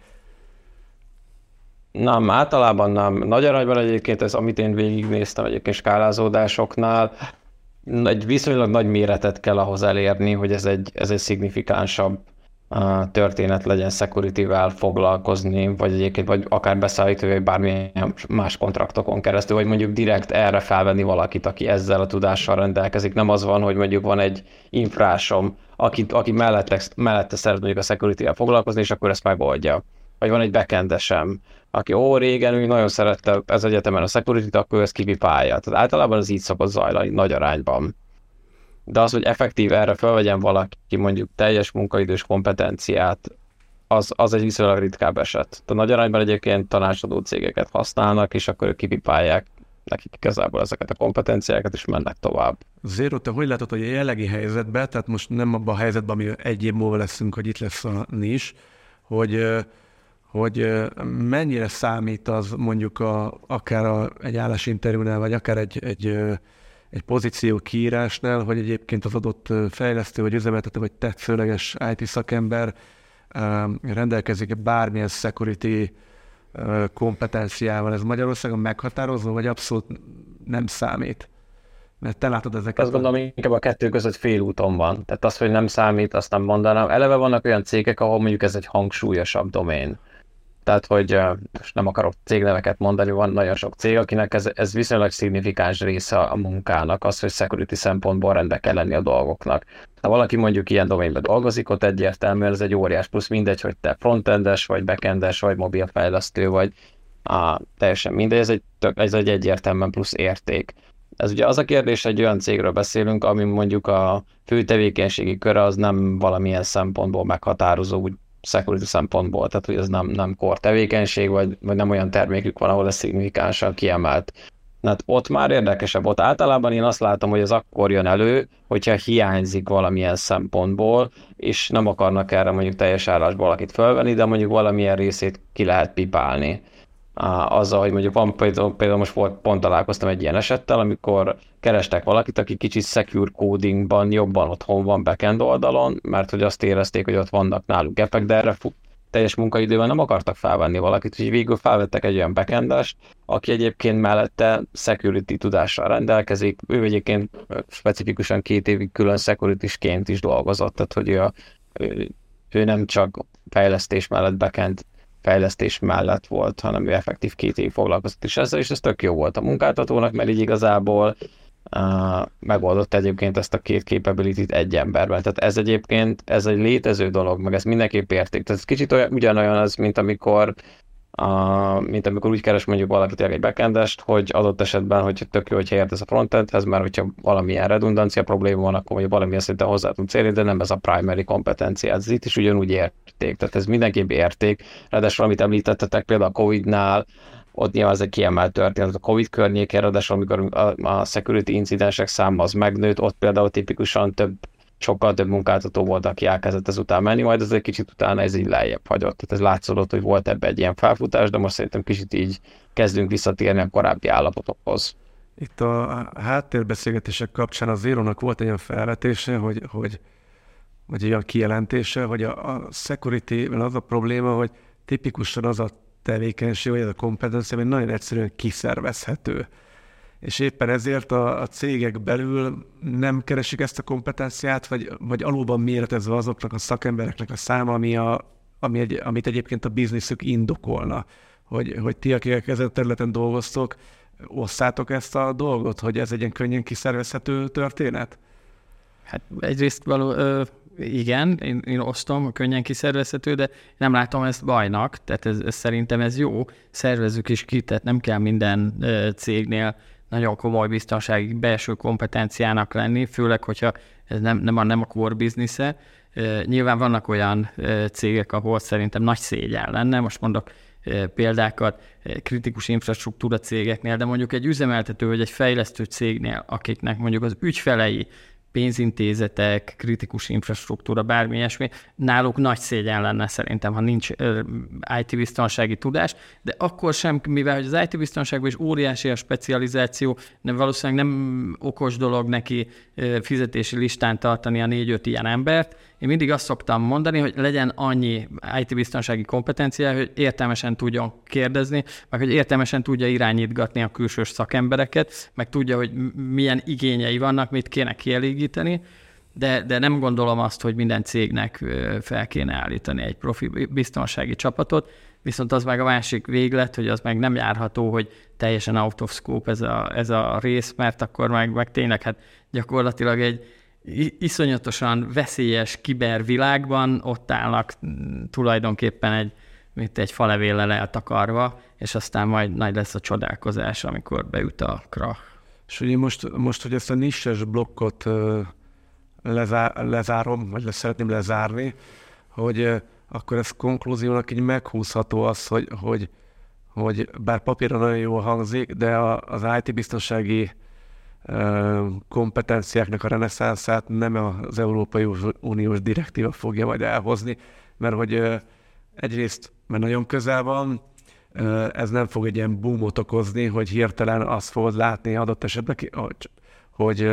Nem, általában nem. Nagy arányban egyébként ez, amit én végignéztem egyébként skálázódásoknál, egy viszonylag nagy méretet kell ahhoz elérni, hogy ez egy szignifikánsabb történet legyen security-vel foglalkozni, vagy egyébként vagy akár beszállító, vagy bármilyen más kontraktokon keresztül, vagy mondjuk direkt erre felvenni valakit, aki ezzel a tudással rendelkezik. Nem az van, hogy mondjuk van egy infrásom, aki mellette szeret mondjuk a security-vel foglalkozni, és akkor ezt megoldja. Vagy van egy backendesem, aki régen ő nagyon szerette az egyetemen a security-t, akkor ezt kipipálja. Tehát általában ez így szokott zajlani nagy arányban. De az, hogy effektív erre felvegyen valaki mondjuk teljes munkaidős kompetenciát, az egy viszonylag ritkább eset. Tehát nagy arányban egyébként tanácsadó cégeket használnak, és akkor ők kipipálják nekik igazából ezeket a kompetenciákat, és mennek tovább. Zéro, te hogy látod, hogy a jelenlegi helyzetben, tehát most nem abban a helyzetben, ami egy év múlva leszünk, hogy itt lesz a NIS, hogy mennyire számít az mondjuk akár egy állásinterjúnál, vagy akár egy egy pozíció kiírásnál, hogy egyébként az adott fejlesztő, vagy üzemeltető, vagy tetszőleges IT szakember rendelkezik bármilyen security kompetenciával. Ez Magyarországon meghatározó, vagy abszolút nem számít? Mert te látod ezeket. Azt gondolom, inkább a kettő között félúton van. Tehát az, hogy nem számít, azt nem mondanám. Eleve vannak olyan cégek, ahol mondjuk ez egy hangsúlyosabb domén. Tehát, hogy most nem akarok cégneveket mondani, van nagyon sok cég, akinek ez viszonylag szignifikáns része a munkának, az, hogy security szempontból rendbe kell lenni a dolgoknak. Ha valaki mondjuk ilyen doménben dolgozik, ott egyértelműen ez egy óriás plusz, mindegy, hogy te frontendes, vagy backendes, vagy mobilfejlesztő, vagy teljesen mindegy, ez egy egyértelműen plusz érték. Ez ugye az a kérdés, egy olyan cégről beszélünk, ami mondjuk a fő tevékenységi köre az nem valamilyen szempontból meghatározó, úgy security szempontból, tehát hogy ez nem core tevékenység, vagy nem olyan termékük van, ahol ez szignifikánsan kiemelt. Hát ott már érdekesebb, ott általában én azt látom, hogy ez akkor jön elő, hogyha hiányzik valamilyen szempontból, és nem akarnak erre mondjuk teljes állásból valakit fölvenni, de mondjuk valamilyen részét ki lehet pipálni. Azzal, hogy mondjuk van, például most pont találkoztam egy ilyen esettel, amikor kerestek valakit, aki kicsit secure codingban jobban otthon van backend oldalon, mert hogy azt érezték, hogy ott vannak náluk gepek, de erre teljes munkaidőben nem akartak felvenni valakit, úgyhogy végül felvettek egy olyan backendest, aki egyébként mellette security tudással rendelkezik, ő egyébként specifikusan 2 évig külön security-sként is dolgozott, tehát hogy ő nem csak fejlesztés mellett backend fejlesztés mellett volt, hanem ő effektív 2 évig foglalkozott is ezzel, és ez tök jó volt a munkáltatónak, mert így igazából megoldott egyébként ezt a 2 capability-t egy emberben. Tehát ez egyébként, ez egy létező dolog, meg ez mindenképp érték. Tehát ez kicsit ugyanolyan az, mint amikor úgy keres mondjuk valakit egy backendest, hogy adott esetben, hogy tök jó, hogyha értesz a frontendhez, mert hogyha valamilyen redundancia probléma van, akkor vagy valamilyen szinten hozzá tudsz érni, de nem ez a primary kompetenciát. Ez itt is ugyanúgy érték, tehát ez mindenképp érték. Ráadásul, amit említettetek például a Covid-nál, ott nyilván ez egy kiemelt történet. A Covid környékén, ráadásul amikor a security incidensek száma az megnőtt, ott például tipikusan sokkal több munkáltató volt, aki elkezdett ezután menni, majd ez egy kicsit utána ez így lejjebb hagyott. Tehát ez látszódott, hogy volt ebbe egy ilyen felfutás, de most szerintem kicsit így kezdünk visszatérni a korábbi állapotokhoz. Itt a háttérbeszélgetések kapcsán a Zero-nak volt egy olyan felvetése, vagy olyan kijelentése, hogy a security-vel az a probléma, hogy tipikusan az a tevékenység, vagy az a kompetencia, hogy nagyon egyszerűen kiszervezhető. És éppen ezért a cégek belül nem keresik ezt a kompetenciát, vagy alulban méretezve azoknak a szakembereknek a száma, amit egyébként a bizniszük indokolna. Hogy ti, akik ezen a területen dolgoztok, osszátok ezt a dolgot, hogy ez egy ilyen könnyen kiszervezhető történet? Hát egyrészt igen, én osztom, könnyen kiszervezhető, de nem látom ezt bajnak, tehát ez szerintem ez jó, szervezzük is ki, tehát nem kell minden cégnél nagyon komoly biztonsági belső kompetenciának lenni, főleg, hogyha ez nem a core business-e. Nyilván vannak olyan cégek, ahol szerintem nagy szégyen lenne, most mondok példákat, kritikus infrastruktúra cégeknél, de mondjuk egy üzemeltető vagy egy fejlesztő cégnél, akiknek mondjuk az ügyfelei, pénzintézetek, kritikus infrastruktúra, bármi ilyesmi, náluk nagy szégyen lenne szerintem, ha nincs IT-biztonsági tudás, de akkor sem, mivel hogy az IT-biztonságban is óriási a specializáció, de valószínűleg nem okos dolog neki fizetési listán tartani a 4-5 ilyen embert. Én mindig azt szoktam mondani, hogy legyen annyi IT-biztonsági kompetenciája, hogy értelmesen tudjon kérdezni, meg hogy értelmesen tudja irányítgatni a külsős szakembereket, meg tudja, hogy milyen igényei vannak, mit kéne kielégíteni, de nem gondolom azt, hogy minden cégnek fel kéne állítani egy profi biztonsági csapatot, viszont az meg a másik véglet, hogy az meg nem járható, hogy teljesen out of scope ez a rész, mert akkor meg tényleg hát gyakorlatilag egy iszonyatosan veszélyes kibervilágban ott állnak tulajdonképpen egy falevéllel eltakarva, és aztán majd nagy lesz a csodálkozás, amikor beüt a krach. És ugye most hogy ezt a nisses blokkot lezárom, vagy szeretném lezárni, hogy akkor ez konklúziónak így meghúzható az, hogy bár papíron nagyon jól hangzik, de az IT-biztonsági kompetenciáknak a reneszánszát nem az Európai Uniós direktíva fogja majd elhozni, mert hogy egyrészt, mert nagyon közel van, ez nem fog egy ilyen boomot okozni, hogy hirtelen azt fogod látni adott esetben, hogy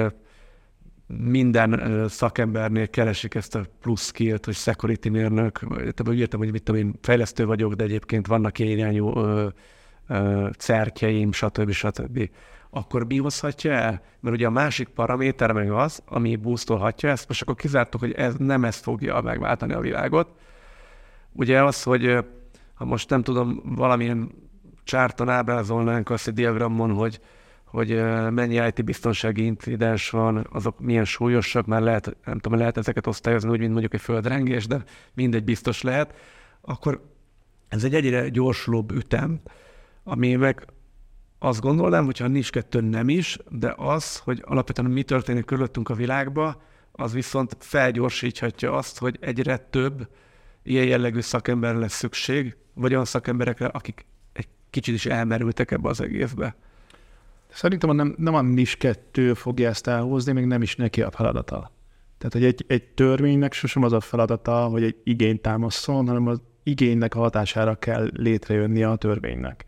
minden szakembernél keresik ezt a plusz skillt, hogy security mérnök, tehát írtam, hogy mit tudom én, fejlesztő vagyok, de egyébként vannak ilyen irányú cerkjeim, stb. Akkor mi hozhatja el? Mert ugye a másik paraméter meg az, ami boostolhatja ezt, most akkor kizártuk, hogy nem ez fogja megváltani a világot. Ugye az, hogy ha most nem tudom, valamilyen csárton ábrázolnánk azt egy diagramon, hogy mennyi IT-biztonsági incidens van, azok milyen súlyosak, már lehet, nem tudom, lehet ezeket osztályozni úgy, mint mondjuk egy földrengés, de mindegy biztos lehet, akkor ez egy egyre gyorsulóbb ütem, ami meg azt gondolnám, hogyha a NIS2 nem is, de az, hogy alapvetően mi történik körülöttünk a világban, az viszont felgyorsíthatja azt, hogy egyre több ilyen jellegű szakemberre lesz szükség, vagy olyan szakemberekre, akik egy kicsit is elmerültek ebbe az egészbe. Szerintem nem a NIS2 fogja ezt elhozni, még nem is neki a feladata. Tehát, hogy egy törvénynek sosem az a feladata, hogy egy igényt támaszol, hanem az igénynek a hatására kell létrejönnie a törvénynek.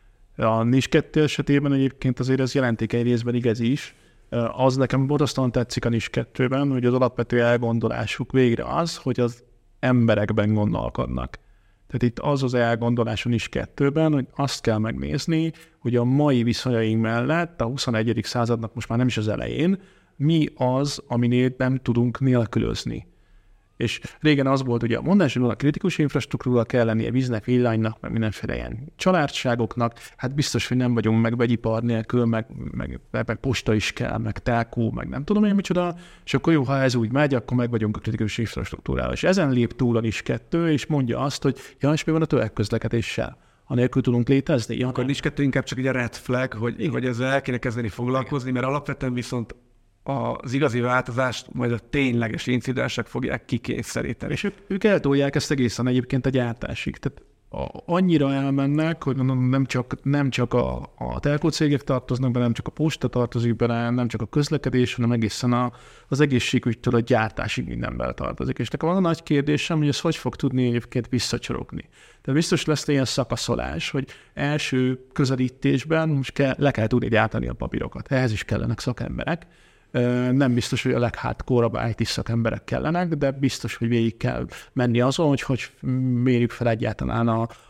A NIS2 esetében egyébként azért ez jelentékeny részben igaz is. Az nekem borzasztóan tetszik a NIS2-ben, hogy az alapvető elgondolásuk végre az, hogy az emberekben gondolkodnak. Tehát itt az elgondolás a NIS2-ben, hogy azt kell megnézni, hogy a mai viszonyaink mellett, a 21. századnak most már nem is az elején, mi az, aminél nem tudunk nélkülözni. És régen az volt ugye a mondás, hogy a kritikus infrastruktúra kell lennie víznek, villanynak, meg mindenféle ilyen családságoknak, hát biztos, hogy nem vagyunk meg vegyipar nélkül, meg posta is kell, meg telkó, meg nem tudom én micsoda, és akkor jó, ha ez úgy megy, akkor meg vagyunk a kritikus infrastruktúrával. És ezen lép túl a NIS2, és mondja azt, hogy ja, és mi van a tömegközlekedéssel? Anélkül tudunk létezni? Ja, akkor NIS2 inkább csak egy a red flag, hogy ezzel el kéne kezdeni foglalkozni, mert alapvetően viszont az igazi változást majd a tényleges incidensek fogják kikényszeríteni. És ők eltolják ezt egészen egyébként a gyártásig. Tehát annyira elmennek, hogy nem csak a telkó cégek tartoznak be, nem csak a posta tartozik bele, nem csak a közlekedés, hanem egészen az egészségügytől a gyártásig mindenben tartozik. És nekem van a nagy kérdésem, hogy ez hogy fog tudni egyébként visszacsorogni. Tehát biztos lesz ilyen szakaszolás, hogy első közelítésben most le kell tudni gyártani a papírokat. Ehhez is kellenek szakemberek. Nem biztos, hogy a leghardcore-abb IT szakemberek kellenek, de biztos, hogy végig kell menni azon, hogy mérjük fel egyáltalán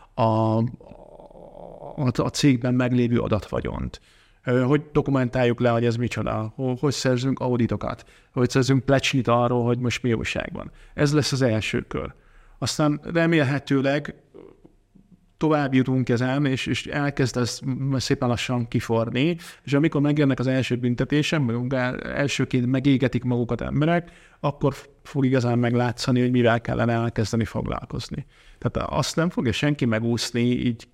a cégben meglévő adatvagyont. Hogy dokumentáljuk le, hogy ez micsoda, hogy szerzünk auditokat, hogy szerzünk plecsnit arról, hogy most mi újság van. Ez lesz az első kör. Aztán remélhetőleg tovább jutunk ezen, és elkezd ez szépen lassan kiforni, és amikor megjönnek az első büntetések, elsőként megégetik magukat emberek, akkor fog igazán meglátszani, hogy mivel kellene elkezdeni foglalkozni. Tehát azt nem fogja senki megúszni így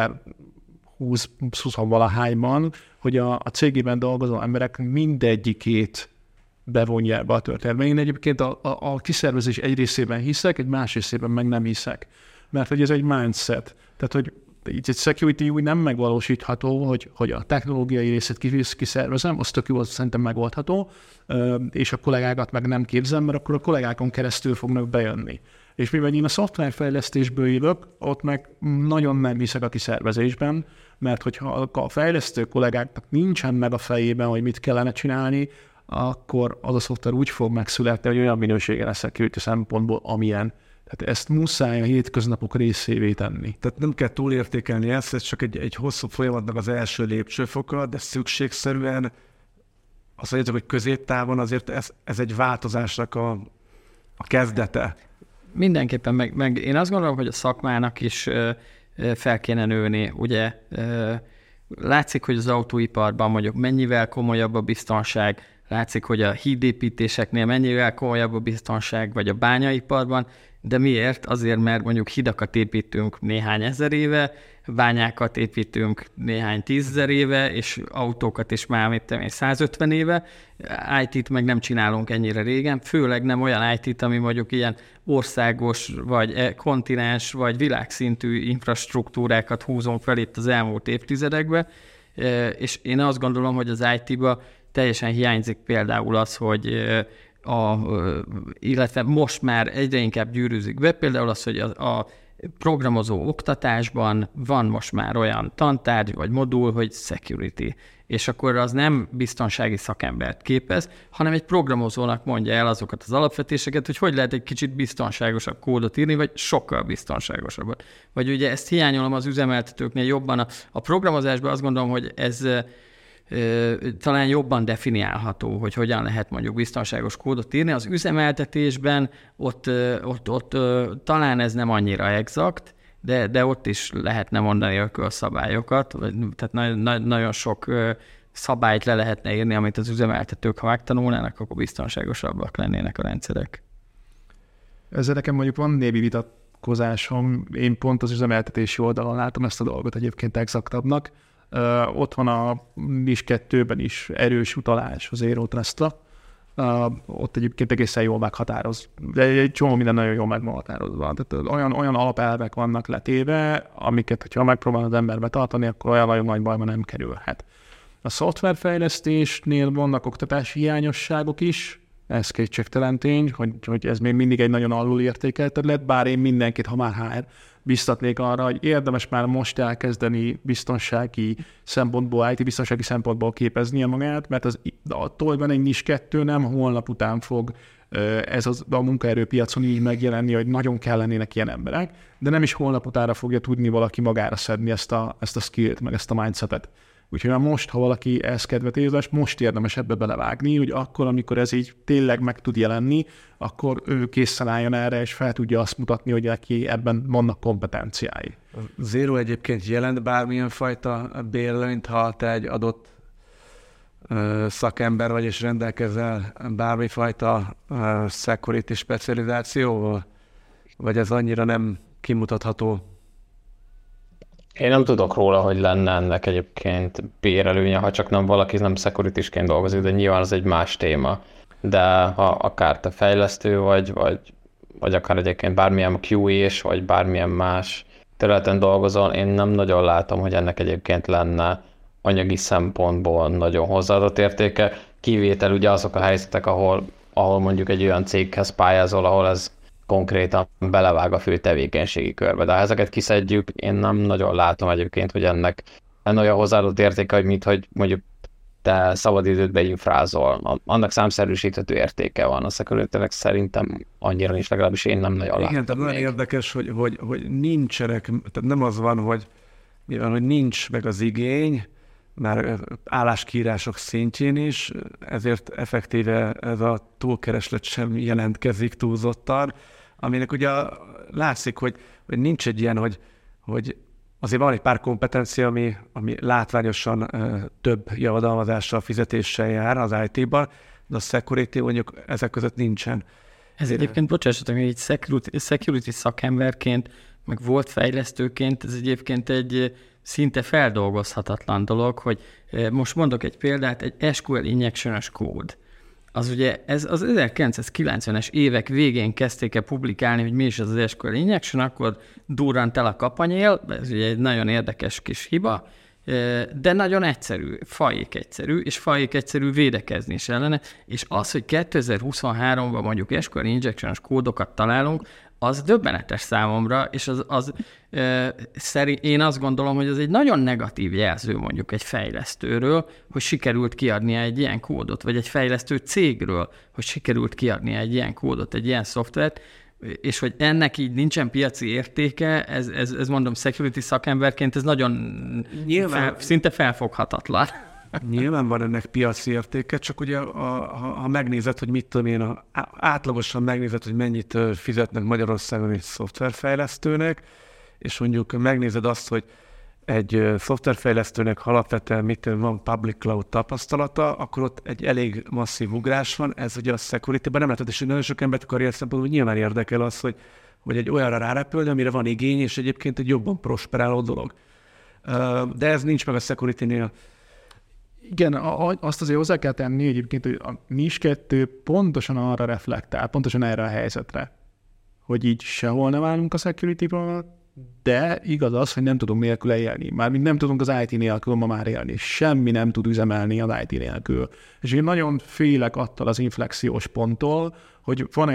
2020-valahányban, hogy a cégében dolgozó emberek mindegyikét bevonja ebbe a történetbe. Én egyébként a kiszervezés egy részében hiszek, egy más részében meg nem hiszek. Mert hogy ez egy mindset. Tehát, hogy így egy security úgy nem megvalósítható, hogy a technológiai részét kiszervezem, az tök jó, szerintem megoldható, és a kollégákat meg nem képzem, mert akkor a kollégákon keresztül fognak bejönni. És mivel én a szoftverfejlesztésből jövök, ott meg nagyon nem hiszek a kiszervezésben, mert hogyha a fejlesztő kollégáknak nincsen meg a fejében, hogy mit kellene csinálni, akkor az a szoftver úgy fog megszületni, hogy olyan minősége lesz a security szempontból, amilyen. Tehát ezt muszáj a hétköznapok részévé tenni. Tehát nem kell túlértékelni ezt, ez csak egy hosszú folyamatnak az első lépcsőfoka, de szükségszerűen azt mondjátok, hogy középtávon azért ez egy változásnak a kezdete. Mindenképpen, meg én azt gondolom, hogy a szakmának is fel kéne nőni. Ugye látszik, hogy az autóiparban mondjuk mennyivel komolyabb a biztonság, látszik, hogy a hídépítéseknél mennyivel komolyabb a biztonság, vagy a bányaiparban, de miért? Azért, mert mondjuk hidakat építünk néhány ezer éve, bányákat építünk néhány tízezer éve, és autókat is már 150 éve. IT-t meg nem csinálunk ennyire régen, főleg nem olyan IT-t, ami mondjuk ilyen országos, vagy kontinens, vagy világszintű infrastruktúrákat húzunk fel itt az elmúlt évtizedekben, és én azt gondolom, hogy az IT-ba teljesen hiányzik például az, hogy illetve most már egyre inkább gyűrűzik be, például az, hogy a programozó oktatásban van most már olyan tantárgy vagy modul, hogy security. és akkor az nem biztonsági szakembert képez, hanem egy programozónak mondja el azokat az alapvetéseket, hogy lehet egy kicsit biztonságosabb kódot írni, vagy sokkal biztonságosabbat. Vagy ugye ezt hiányolom az üzemeltetőknél jobban. A programozásban azt gondolom, hogy ez talán jobban definiálható, hogy hogyan lehet mondjuk biztonságos kódot írni. Az üzemeltetésben ott talán ez nem annyira exakt, de ott is lehetne mondani ökölszabályokat, tehát nagyon sok szabályt le lehetne írni, amit az üzemeltetők, ha megtanulnának, akkor biztonságosabbak lennének a rendszerek. Ezzel nekem mondjuk van némi vitatkozásom, én pont az üzemeltetési oldalon látom ezt a dolgot egyébként exaktabbnak. Ott van a NIS 2-ben is erős utalás az Zero Trust-ra. Ott egyébként egészen jól meghatároz, de egy csomó minden nagyon jól meghatározva. Tehát olyan alapelvek vannak letéve, amiket, hogyha megpróbál az ember betartani, akkor olyan nagyon nagy bajban nem kerülhet. A szoftverfejlesztésnél vannak oktatási hiányosságok is, ez kétségtelen tény, hogy ez még mindig egy nagyon alulértékelt terület, bár én mindenkit, ha már HR, biztatnék arra, hogy érdemes már most elkezdeni biztonsági szempontból, IT biztonsági szempontból képeznie magát, mert a tollban egy NIS 2 nem holnap után fog ez a munkaerőpiacon így megjelenni, hogy nagyon kellenének ilyen emberek, de nem is holnap utára fogja tudni valaki magára szedni ezt a skillt, meg ezt a mindsetet. Úgyhogy már most, ha valaki ezt kedvet érez, most érdemes ebbe belevágni, hogy akkor, amikor ez így tényleg meg tud jelenni, akkor ő készen álljon erre, és fel tudja azt mutatni, hogy neki ebben vannak kompetenciái. A Zero egyébként jelent bármilyen fajta bérlőnyt, ha te egy adott szakember vagy, és rendelkezel bármifajta security specializációval? Vagy ez annyira nem kimutatható? Én nem tudok róla, hogy lenne ennek egyébként bérelőnye, ha csak nem valaki nem security-sként dolgozik, de nyilván az egy más téma. De ha akár te fejlesztő vagy akár egyébként bármilyen QA-s, vagy bármilyen más területen dolgozol, én nem nagyon látom, hogy ennek egyébként lenne anyagi szempontból nagyon hozzáadott értéke. Kivétel ugye azok a helyzetek, ahol mondjuk egy olyan céghez pályázol, ahol ez konkrétan belevág a fő tevékenységi körbe. De ha ezeket kiszedjük, én nem nagyon látom egyébként, hogy ennek olyan hozzáadott értéke, hogy mint hogy mondjuk te szabadidődbe infrázol. Annak számszerűsíthető értéke van. A security-nek szerintem annyira nincs, legalábbis én nem nagyon látom. Igen, tehát nagyon érdekes, hogy nincsenek, tehát nem az van, hogy nincs meg az igény, már álláskiírások szintjén is, ezért effektíve ez a túlkereslet sem jelentkezik túlzottan, aminek ugye látszik, hogy nincs egy ilyen, hogy azért van egy pár kompetencia, ami látványosan több javadalmazással, fizetéssel jár az IT-ban, de a security mondjuk ezek között nincsen. Ez egyébként, bocsássatok, egy security szakemberként, meg volt fejlesztőként, ez egyébként egy szinte feldolgozhatatlan dolog, hogy most mondok egy példát, egy SQL injection-ös kód. Az ugye, ez az 1990-es évek végén kezdték el publikálni, hogy mi is az SQL injection, akkor durrant el a kapanyél, ez ugye egy nagyon érdekes kis hiba, de nagyon egyszerű, fajék egyszerű védekezni is ellene, és az, hogy 2023-ban mondjuk SQL injection-ös kódokat találunk, az döbbenetes számomra, és én azt gondolom, hogy ez egy nagyon negatív jelző mondjuk egy fejlesztőről, hogy sikerült kiadnia egy ilyen kódot, vagy egy fejlesztő cégről, hogy sikerült kiadnia egy ilyen kódot, egy ilyen szoftvert, és hogy ennek így nincsen piaci értéke, ez mondom security szakemberként, ez nagyon szinte felfoghatatlan. Nyilván van ennek piaci értéke, csak ugye ha megnézed, hogy mit tudom én, átlagosan megnézed, hogy mennyit fizetnek Magyarországon egy szoftverfejlesztőnek, és mondjuk megnézed azt, hogy egy szoftverfejlesztőnek alapvetően van public cloud tapasztalata, akkor ott egy elég masszív ugrás van, ez ugye a security-ben nem lehet, és nagyon sok embert karrier szempontból nyilván érdekel az, hogy egy olyanra rárepülni, amire van igény, és egyébként egy jobban prosperáló dolog. De ez nincs meg a security-nél. Igen, azt azért hozzá kell tenni egyébként, hogy a NIS 2 pontosan arra reflektál, pontosan erre a helyzetre, hogy így sehol nem állunk a security-ról, de igaz az, hogy nem tudunk nélküle élni. Mármint nem tudunk az IT nélkül ma már élni. Semmi nem tud üzemelni az IT nélkül. És én nagyon félek attól az inflexiós ponttól, hogy van egy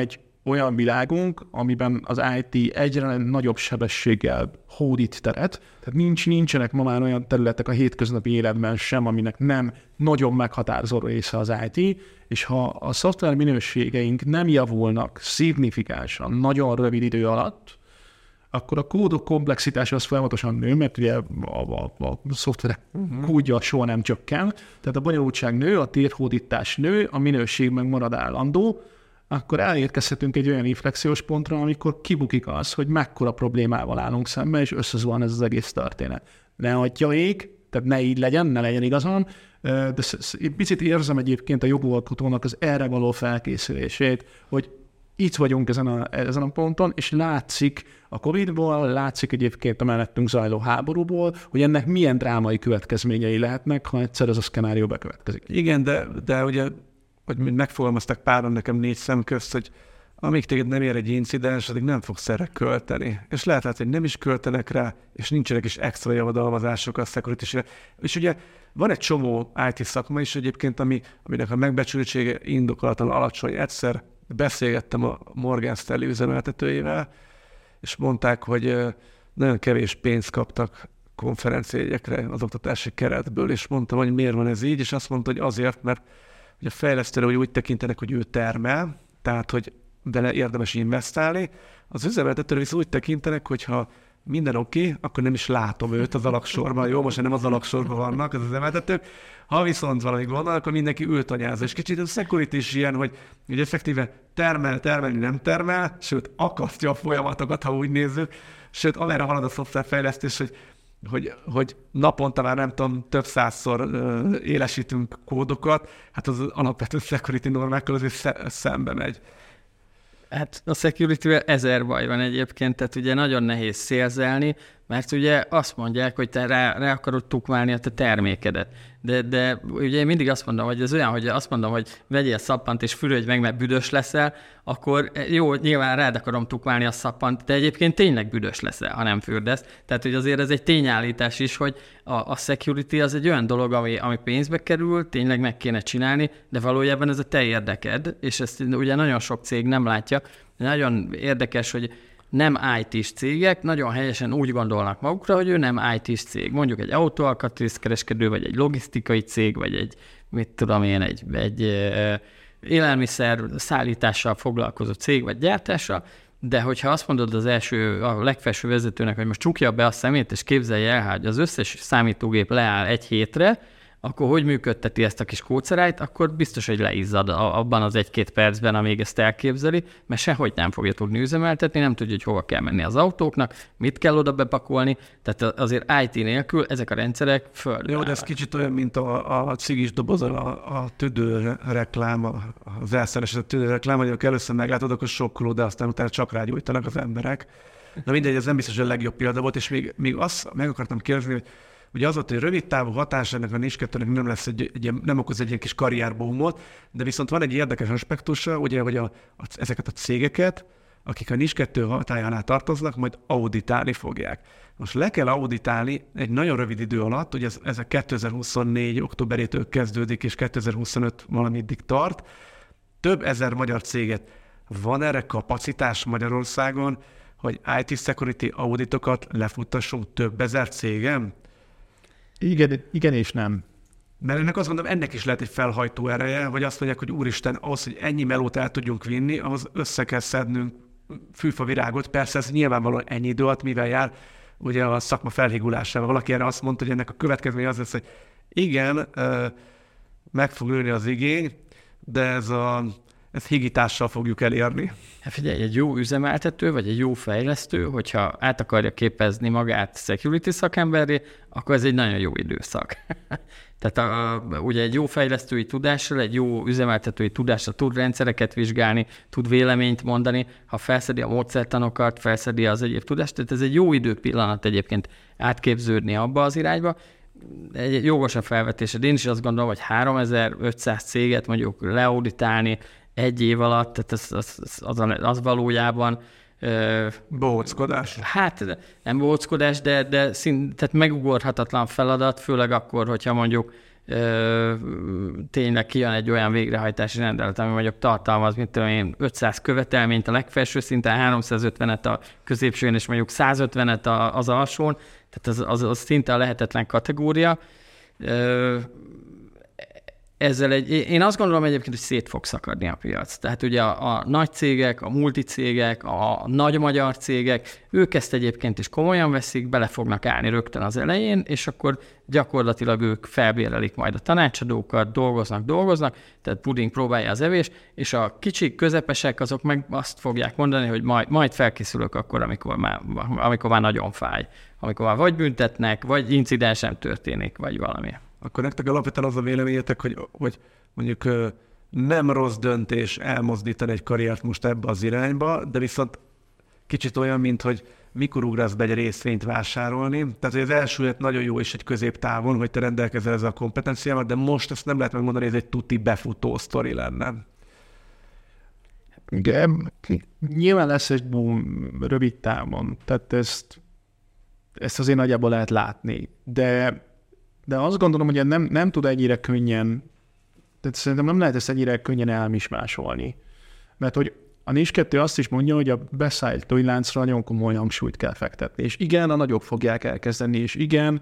olyan világunk, amiben az IT egyre nagyobb sebességgel hódít teret, tehát nincsenek ma már olyan területek a hétköznapi életben sem, aminek nem nagyon meghatározó része az IT, és ha a szoftver minőségeink nem javulnak szignifikánsan, nagyon rövid idő alatt, akkor a kódok komplexitása az folyamatosan nő, mert ugye a szoftverek kódja soha nem csökken, tehát a bonyolultság nő, a térhódítás nő, a minőség meg marad állandó, akkor elérkezhetünk egy olyan inflexiós pontra, amikor kibukik az, hogy mekkora problémával állunk szemben, és összezuhan ez az egész történet. Ne adja ég, tehát ne így legyen, ne legyen igazán, de picit érzem egyébként a jogalkotónak az erre való felkészülését, hogy itt vagyunk ezen a ponton, és látszik a Covid-ból, látszik egyébként a mellettünk zajló háborúból, hogy ennek milyen drámai következményei lehetnek, ha egyszer ez a szkenárió bekövetkezik. Igen, de ugye, hogy megfogalmaztak páran nekem 4 szem közt, hogy amíg téged nem ér egy incidens, addig nem fogsz erre költeni. És lehet, hogy nem is költenek rá, és nincsenek is extra javadalmazások a security-sre. És ugye van egy csomó IT szakma is egyébként, aminek a megbecsültsége indokolatlan alacsony. Egyszer beszélgettem a Morgan Stanley üzemeltetőjével, és mondták, hogy nagyon kevés pénzt kaptak konferenciájegyekre az oktatási keretből, és mondtam, hogy miért van ez így, és azt mondta, hogy azért, mert hogy a fejlesztőre úgy tekintenek, hogy ő termel, tehát, hogy vele érdemes investálni. Az üzemeltetőre viszont úgy tekintenek, hogy ha minden oké, akkor nem is látom őt az alaksorban. Jó, most nem az alaksorban vannak az üzemeltetők. Ha viszont valami gond van, akkor mindenki ült anyázza. És kicsit a security is ilyen, hogy effektíve termelni nem termel, sőt, akasztja a folyamatokat, ha úgy nézzük. Sőt, amerre halad a szoftverfejlesztés, hogy naponta már nem tudom, több százszor élesítünk kódokat, hát az alapvető security normákkal azért szembe megy. Hát a security-vel 1000 baj van egyébként, tehát ugye nagyon nehéz szélzelni, mert ugye azt mondják, hogy te rá akarod tukmálni a te termékedet. De ugye én mindig azt mondom, hogy ez olyan, hogy azt mondom, hogy vegyél szappant és fürödj meg, mert büdös leszel, akkor jó, nyilván rád akarom tukmálni a szappant, de egyébként tényleg büdös leszel, ha nem fürdesz. Tehát, hogy azért ez egy tényállítás is, hogy a security az egy olyan dolog, ami pénzbe kerül, tényleg meg kéne csinálni, de valójában ez a te érdeked, és ezt ugye nagyon sok cég nem látja. Nagyon érdekes, hogy nem IT-s cégek nagyon helyesen úgy gondolnak magukra, hogy ő nem IT-s cég. Mondjuk egy autóalkatrészkereskedő, vagy egy logisztikai cég, vagy egy, mit tudom én, egy élelmiszer szállítással foglalkozó cég, vagy gyártással, de hogyha azt mondod a legfelső vezetőnek, hogy most csukja be a szemét, és képzelje el, hogy az összes számítógép leáll egy hétre, akkor hogy működteti ezt a kis kócerájt, akkor biztos, hogy leizzad abban az 1-2 percben, amíg ezt elképzeli, mert sehogy nem fogja tudni üzemeltetni, nem tudja, hogy hova kell menni az autóknak, mit kell oda bepakolni, tehát azért IT nélkül ezek a rendszerek földre. Jó, de ez kicsit olyan, mint a cigis dobozon a tüdő reklám, az elszeresített tüdő reklám, hogy először meglátod, akkor sokkoló, de aztán utána csak rágyújtanak az emberek. Na mindegy, ez nem biztos, hogy a legjobb példa volt, és még azt meg akartam kérdezni, hogy ugye az volt, hogy rövid távú hatás ennek a NIS2-nek nem lesz nem okoz egy ilyen kis karrierboomot, de viszont van egy érdekes aspektusa, ugye, hogy ezeket a cégeket, akik a NIS2 hatály alá tartoznak, majd auditálni fogják. Most le kell auditálni egy nagyon rövid idő alatt, ugye ez a 2024. októberétől kezdődik, és 2025 valameddig tart. Több ezer magyar céget. Van erre kapacitás Magyarországon, hogy IT security auditokat lefuttassunk több ezer cégem? Igen és nem. Mert ennek azt gondolom, ennek is lehet egy felhajtó ereje, vagy azt mondják, hogy úristen, ahhoz, hogy ennyi melót el tudjunk vinni, ahhoz össze kell szednünk fűfavirágot. Persze ez nyilvánvalóan ennyi idő alatt, mivel jár ugye a szakma felhigulásával. Valaki erre azt mondta, hogy ennek a következménye az lesz, hogy igen, meg fog nőni az igény, de ezt higítással fogjuk elérni. Hát figyelj, egy jó üzemeltető, vagy egy jó fejlesztő, hogyha át akarja képezni magát security szakemberré, akkor ez egy nagyon jó időszak. Tehát ugye egy jó fejlesztői tudással, egy jó üzemeltetői tudással tud rendszereket vizsgálni, tud véleményt mondani, ha felszedi a módszertanokat, felszedi az egyéb tudást, tehát ez egy jó időpillanat egyébként átképződni abba az irányba. Egy jogos a felvetésed. Én is azt gondolom, hogy 3500 céget mondjuk leauditálni egy év alatt, tehát az valójában bohóckodás. Hát nem bohóckodás, de tehát megugorhatatlan feladat, főleg akkor, hogyha mondjuk tényleg kijön egy olyan végrehajtási rendelet, ami mondjuk tartalmaz, mint tudom én, 500 követelményt a legfelső szinten, 350-et a középsőn, és mondjuk 150-et az alsón, tehát az szinte a lehetetlen kategória. Én azt gondolom egyébként, hogy szét fog szakadni a piac. Tehát ugye a nagy cégek, a multicégek, a nagy magyar cégek, ők ezt egyébként is komolyan veszik, bele fognak állni rögtön az elején, és akkor gyakorlatilag ők felbérelik majd a tanácsadókat, dolgoznak, tehát puding próbálja az evés, és a kicsik, közepesek azok meg azt fogják mondani, hogy majd felkészülök akkor, amikor már nagyon fáj. Amikor már vagy büntetnek, vagy incidens nem történik, vagy valami. Akkor nektek alapvetően az a véleményetek, hogy mondjuk nem rossz döntés elmozdítani egy karriert most ebbe az irányba, de viszont kicsit olyan, mint hogy mikor ugrasz be egy részvényt vásárolni. Tehát, hogy az első nagyon jó is egy középtávon, hogy te rendelkezel ezzel a kompetenciával, de most ezt nem lehet megmondani, hogy ez egy tuti befutó sztori lenne. Nyilván lesz egy boom rövid távon, tehát ezt azért nagyjából lehet látni, de azt gondolom, hogy nem tud ennyire könnyen, tehát szerintem nem lehet ezt ennyire könnyen elmismásolni. Mert hogy a NIS 2 azt is mondja, hogy a beszállítói láncra nagyon komoly hangsúlyt kell fektetni. És igen, a nagyobb fogják elkezdeni, és igen,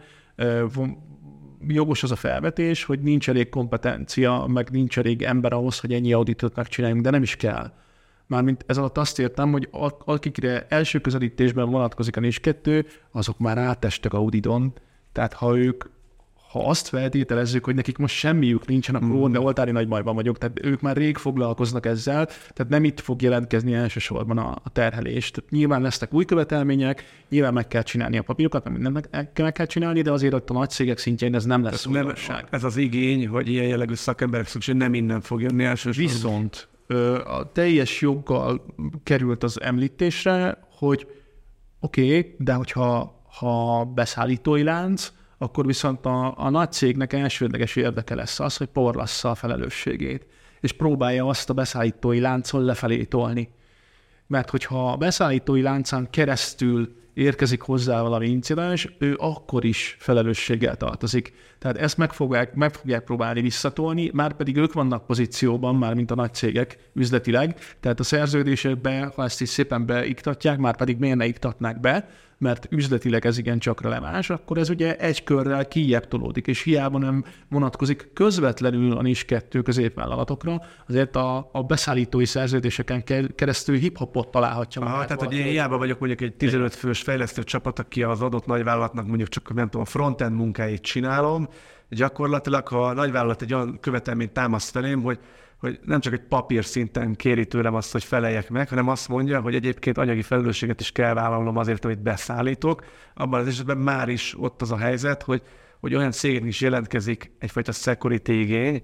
jogos az a felvetés, hogy nincs elég kompetencia, meg nincs elég ember ahhoz, hogy ennyi auditot megcsináljunk, de nem is kell. Mármint ez alatt azt értem, hogy akikre első közelítésben vonatkozik a NIS 2, azok már átestek auditon, tehát ha azt feltételezzük, hogy nekik most semmiük nincsen, akkor de oltári nagy bajban vagyok, tehát ők már rég foglalkoznak ezzel, tehát nem itt fog jelentkezni elsősorban a terhelés. Tehát nyilván lesznek új követelmények, nyilván meg kell csinálni a papírokat, mert mindent meg kell csinálni, de azért ott a nagy cégek szintjén ez nem lesz újdonság. Ez az igény, hogy ilyen jellegű szakemberek szükség, nem innen fog jönni elsősorban. Viszont a teljes joggal került az említésre, hogy oké, de hogyha beszállítói lánc, akkor viszont a nagy cégnek elsődleges érdeke lesz az, hogy porlassza a felelősségét, és próbálja azt a beszállítói láncon lefelé tolni. Mert hogyha a beszállítói láncán keresztül érkezik hozzá valami incidens, ő akkor is felelősséggel tartozik. Tehát ezt meg fogják próbálni visszatolni, már pedig ők vannak pozícióban, már mint a nagy cégek üzletileg, tehát a szerződésekbe, ha ezt is szépen beiktatják, már pedig miért ne iktatnák be, mert üzletileg ez igencsak releváns, akkor ez ugye egy körrel kijjebb tolódik, és hiába nem vonatkozik közvetlenül a NIS 2 középvállalatokra, azért a beszállítói szerződéseken keresztül hip-hopot találhatja. Tehát, hogy én hiába vagyok mondjuk egy 15 fős fejlesztő csapat, aki az adott nagyvállalatnak mondjuk csak nem tudom, a frontend munkáit csinálom, gyakorlatilag, ha a nagyvállalat egy olyan követelményt támaszt felém, hogy nem csak egy papír szinten kéri tőlem azt, hogy feleljek meg, hanem azt mondja, hogy egyébként anyagi felelősséget is kell vállalnom azért, amit beszállítok. Abban az esetben már is ott az a helyzet, hogy olyan cégek is jelentkezik egyfajta security igény,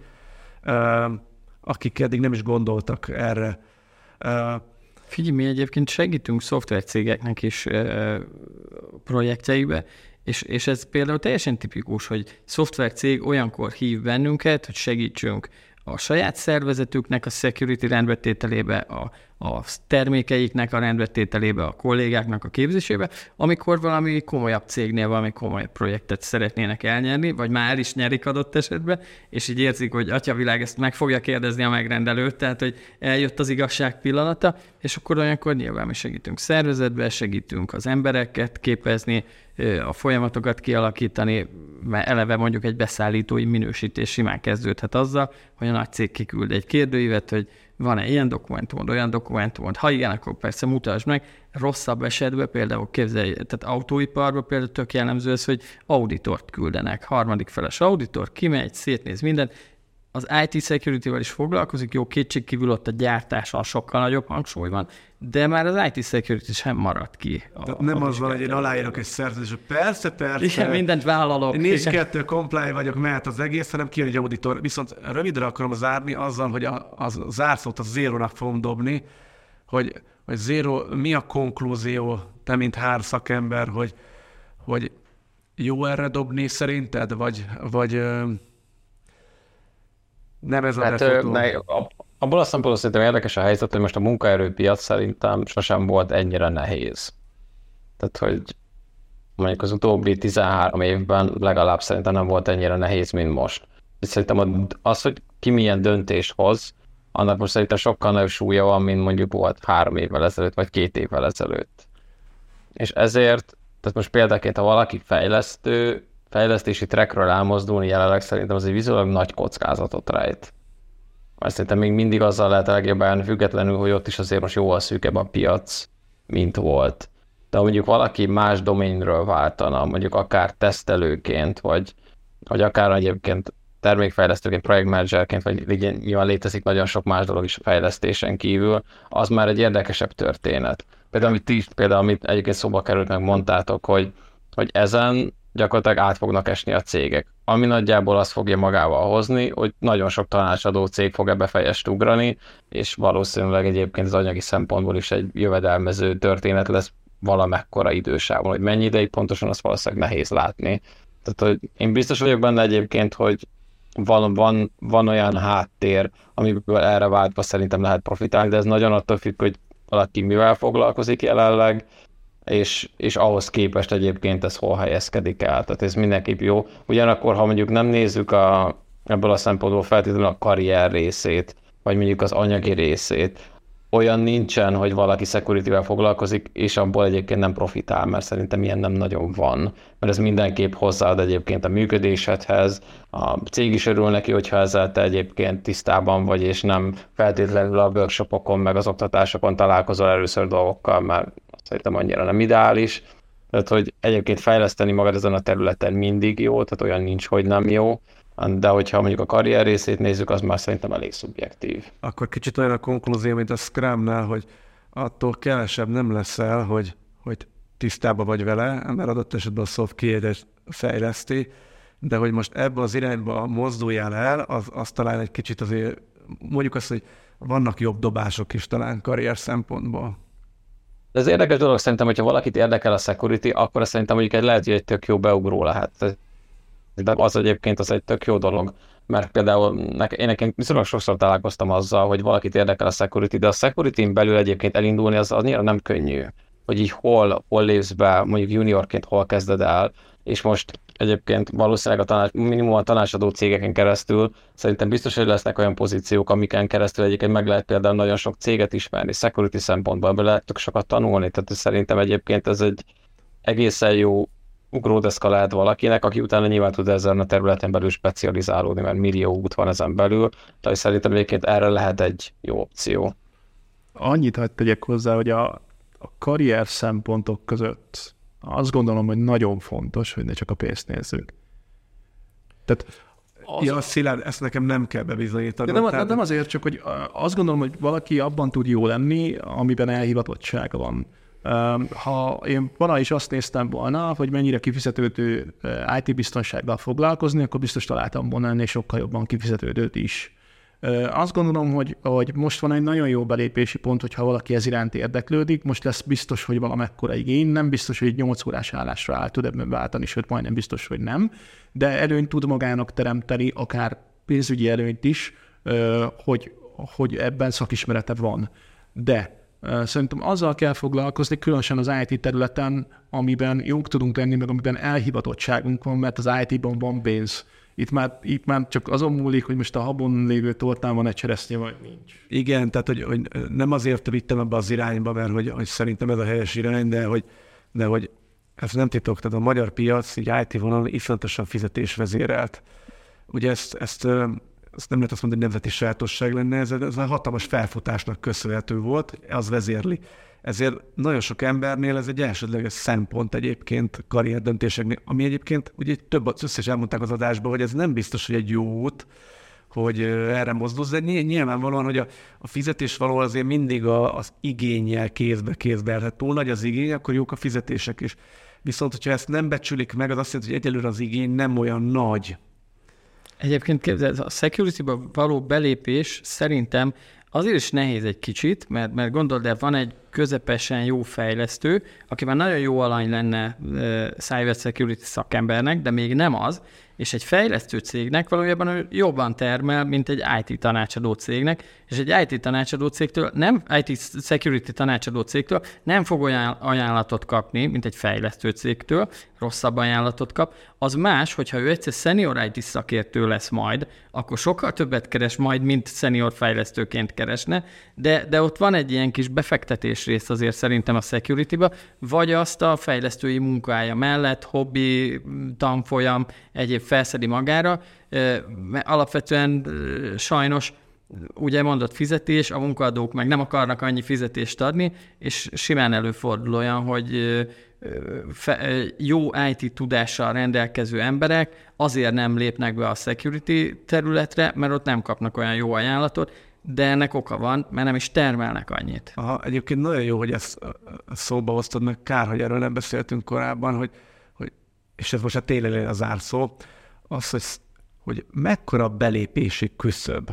akik eddig nem is gondoltak erre. Figyelj, mi egyébként segítünk szoftvercégeknek is projektjeibe, és ez például teljesen tipikus, hogy szoftvercég olyankor hív bennünket, hogy segítsünk a saját szervezetüknek a security rendbetételébe, a termékeiknek a rendbetételébe, a kollégáknak a képzésébe, amikor valami komolyabb cégnél valami komoly projektet szeretnének elnyerni, vagy már el is nyerik adott esetben, és így érzik, hogy atyavilág ezt meg fogja kérdezni a megrendelőt, tehát hogy eljött az igazság pillanata, és akkor olyankor nyilván mi segítünk szervezetbe, segítünk az embereket képezni, a folyamatokat kialakítani, mert eleve mondjuk egy beszállítói minősítés simán kezdődhet azzal, hogy a nagy cég kiküld egy kérdőívet, hogy van-e ilyen dokumentumod, olyan dokumentumod, ha igen, akkor persze mutasd meg. Rosszabb esetben például képzelj, tehát autóiparban például tök jellemző ez, hogy auditort küldenek, harmadik feles auditor, kimegy, szétnéz mindent, az IT security-vel is foglalkozik, jó, kétségkívül ott a gyártáson sokkal nagyobb hangsúly van, de már az IT security sem marad ki. Nem az van, hogy én aláírok egy szerződést, persze. Igen, mindent vállalok. NIS 2 comply vagyok, mehet az egész, hanem kijön egy auditor. Viszont rövidre akarom zárni azzal, hogy a zárszót a zérónak fogom dobni, hogy zéró, mi a konklúzió, te mint szakember, hogy jó erre dobni szerinted, vagy nem ez a defutó? Abból a szempontból szerintem érdekes a helyzet, hogy most a munkaerőpiac szerintem sosem volt ennyire nehéz. Tehát, hogy mondjuk az utóbbi 13 évben legalább szerintem nem volt ennyire nehéz, mint most. Szerintem az, hogy ki milyen döntés hoz, annak most szerintem sokkal nagyobb súlya van, mint mondjuk volt 3 évvel ezelőtt, vagy 2 évvel ezelőtt. És ezért, tehát most példaként, ha valaki fejlesztési trackről elmozdulni jelenleg, szerintem az egy viszonylag nagy kockázatot rejt. Mert szerintem még mindig azzal lehet legjobban függetlenül, hogy ott is azért most jóval szűkebb a piac, mint volt. De ha mondjuk valaki más doménről váltana, mondjuk akár tesztelőként, vagy akár egyébként termékfejlesztőként, projektmenedzserként, vagy nyilván létezik nagyon sok más dolog is a fejlesztésen kívül, az már egy érdekesebb történet. Például, amit egyébként szóba került, meg mondtátok, hogy ezen gyakorlatilag át fognak esni a cégek. Ami nagyjából azt fogja magával hozni, hogy nagyon sok tanácsadó cég fog ebbe fejest ugrani, és valószínűleg egyébként az anyagi szempontból is egy jövedelmező történet lesz valamekkora idősávon. Hogy mennyi ideig pontosan, azt valószínűleg nehéz látni. Tehát, hogy én biztos vagyok benne egyébként, hogy van olyan háttér, amiből erre váltva szerintem lehet profitálni, de ez nagyon attól függ, hogy valaki mivel foglalkozik jelenleg, és ahhoz képest egyébként ez hol helyezkedik el. Tehát ez mindenképp jó. Ugyanakkor, ha mondjuk nem nézzük ebből a szempontból feltétlenül a karrier részét, vagy mondjuk az anyagi részét, olyan nincsen, hogy valaki security-vel foglalkozik, és abból egyébként nem profitál, mert szerintem ilyen nem nagyon van. Mert ez mindenképp hozzáad egyébként a működésedhez, a cég is örül neki, hogyha ezzel te egyébként tisztában vagy, és nem feltétlenül a workshopokon, meg az oktatásokon találkozol először dolgokkal, mert szerintem annyira nem ideális. Tehát, hogy egyébként fejleszteni magad ezen a területen mindig jó, tehát olyan nincs, hogy nem jó. De hogyha mondjuk a karrier részét nézzük, az már szerintem elég szubjektív. Akkor kicsit olyan a konklúzió, mint a Scrumnál, hogy attól kevesebb nem leszel, hogy tisztában vagy vele, mert adott esetben a software fejleszti, de hogy most ebbe az irányba mozduljál el, az talán egy kicsit azért, mondjuk azt, hogy vannak jobb dobások is talán karrier szempontból. De ez érdekes dolog szerintem, hogyha valakit érdekel a security, akkor szerintem mondjuk lehet, hogy egy tök jó beugró lehet. De az egyébként az egy tök jó dolog, mert például én nekem viszonylag sokszor találkoztam azzal, hogy valakit érdekel a security, de a security-n belül egyébként elindulni az annyira nem könnyű, hogy így hol lépsz be, mondjuk juniorként hol kezded el, és most egyébként valószínűleg minimum a tanácsadó cégeken keresztül szerintem biztos, hogy lesznek olyan pozíciók, amiken keresztül egyébként meg lehet például nagyon sok céget ismerni, security szempontból, ebből lehet tök sokat tanulni, tehát szerintem egyébként ez egy egészen jó ugródeszka lehet valakinek, aki utána nyilván tud ezen a területen belül specializálódni, mert millió út van ezen belül, de szerintem egyébként erre lehet egy jó opció. Annyit hadd tegyek hozzá, hogy a karrier szempontok között azt gondolom, hogy nagyon fontos, hogy ne csak a pénzt nézzük. Tehát Szilárd, ezt nekem nem kell bebizonyítani. Nem azért, csak hogy azt gondolom, hogy valaki abban tud jó lenni, amiben elhivatottsága van. Ha én valaha is azt néztem volna, hogy mennyire kifizetődő IT-biztonsággal foglalkozni, akkor biztos találtam volna ennél sokkal jobban kifizetődőt is. Azt gondolom, hogy most van egy nagyon jó belépési pont, hogyha valaki ez iránt érdeklődik, most lesz biztos, hogy valamekkora igény, nem biztos, hogy egy 8 órás állásra áll tud ebben váltani, sőt majdnem biztos, hogy nem, de előnyt tud magának teremteni, akár pénzügyi előnyt is, hogy ebben szakismerete van. De szerintem azzal kell foglalkozni, különösen az IT területen, amiben jók tudunk lenni, meg amiben elhivatottságunk van, mert az IT-ban van pénz. Itt már csak azon múlik, hogy most a habon lévő tortán van egy cseresznye, vagy nincs. Igen, tehát hogy nem azért vittem ebbe az irányba, mert hogy szerintem ez a helyes irány, de hogy ez nem titok, tehát a magyar piac, így IT vonalon iszonyatosan fizetésvezérelt. Ugye ezt nem lehet azt mondani, hogy nemzeti sajátosság lenne, ez a hatalmas felfutásnak köszönhető volt, az vezérli. Ezért nagyon sok embernél ez egy elsődleges szempont egyébként karrierdöntéseknél, ami egyébként ugye összes elmondták az adásban, hogy ez nem biztos, hogy egy jó út, hogy erre mozdulsz, de nyilvánvalóan, hogy a fizetés való azért mindig az igénnyel kézbe. Hát túl nagy az igény, akkor jók a fizetések is. Viszont, hogyha ezt nem becsülik meg, az azt jelenti, hogy egyelőre az igény nem olyan nagy. Egyébként képzeld, a security-ba való belépés szerintem azért is nehéz egy kicsit, mert gondold el, van egy közepesen jó fejlesztő, aki már nagyon jó alany lenne cyber security szakembernek, de még nem az, és egy fejlesztő cégnek valójában ő jobban termel, mint egy IT tanácsadó cégnek, és egy IT tanácsadó cégtől, nem IT security tanácsadó cégtől nem fog olyan ajánlatot kapni, mint egy fejlesztő cégtől, rosszabb ajánlatot kap. Az más, hogyha ő egyszer senior IT szakértő lesz majd, akkor sokkal többet keres majd, mint senior fejlesztőként keresne, de ott van egy ilyen kis befektetés rész azért szerintem a security-ba, vagy azt a fejlesztői munkája mellett, hobbi, tanfolyam, egyéb felszedi magára, mert alapvetően sajnos ugye mondott fizetés, a munkaadók meg nem akarnak annyi fizetést adni, és simán előfordul olyan, hogy jó IT tudással rendelkező emberek azért nem lépnek be a security területre, mert ott nem kapnak olyan jó ajánlatot, de ennek oka van, mert nem is termelnek annyit. Aha, egyébként nagyon jó, hogy ezt szóba hoztad, meg kár, hogy erről nem beszéltünk korábban, hogy és ez most a tényleg a zárszó, az, hogy mekkora belépési küszöb.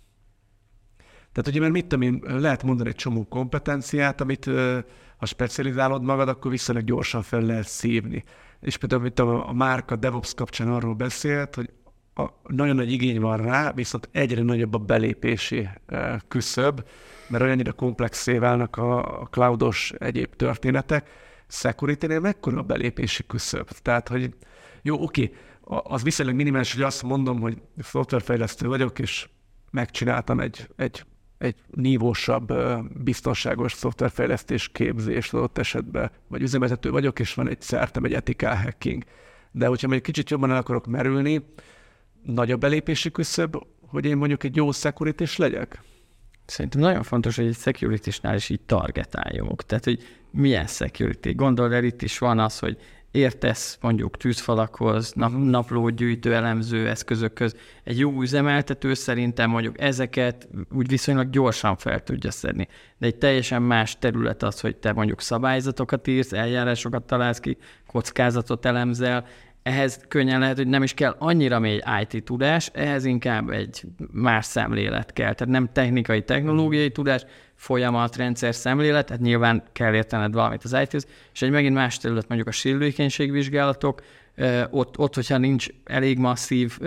Tehát ugye, mert mit tudom én, lehet mondani egy csomó kompetenciát, amit ha specializálod magad, akkor viszonylag gyorsan fel lehet szívni. És például a Márka DevOps kapcsán arról beszélt, hogy nagyon nagy igény van rá, viszont egyre nagyobb a belépési küszöb, mert olyannyira komplexé válnak a cloudos egyéb történetek. Security-nél mekkora a belépési küszöb? Tehát, hogy jó, oké, az viszonylag minimális, hogy azt mondom, hogy szoftverfejlesztő vagyok, és megcsináltam egy nívósabb, biztonságos szoftverfejlesztés képzést adott esetben, vagy üzemeltető vagyok, és van egy szertem, egy ethical hacking. De hogyha még kicsit jobban el akarok merülni, nagyobb belépési küszöb, hogy én mondjuk egy jó security-s legyek? Szerintem nagyon fontos, hogy egy security-snál is így targetáljunk. Tehát, hogy milyen security. Gondold el, itt is van az, hogy értesz mondjuk tűzfalakhoz, naplógyűjtő elemző eszközökhöz. Egy jó üzemeltető szerintem mondjuk ezeket úgy viszonylag gyorsan fel tudja szedni. De egy teljesen más terület az, hogy te mondjuk szabályzatokat írsz, eljárásokat találsz ki, kockázatot elemzel. Ehhez könnyen lehet, hogy nem is kell annyira mély IT tudás, ehhez inkább egy más szemlélet kell. Tehát nem technikai, technológiai tudás, folyamat, rendszer szemlélet, tehát nyilván kell értened valamit az IT-hez, és egy megint más terület, mondjuk a sérülékenységvizsgálatok, ott, hogyha nincs elég masszív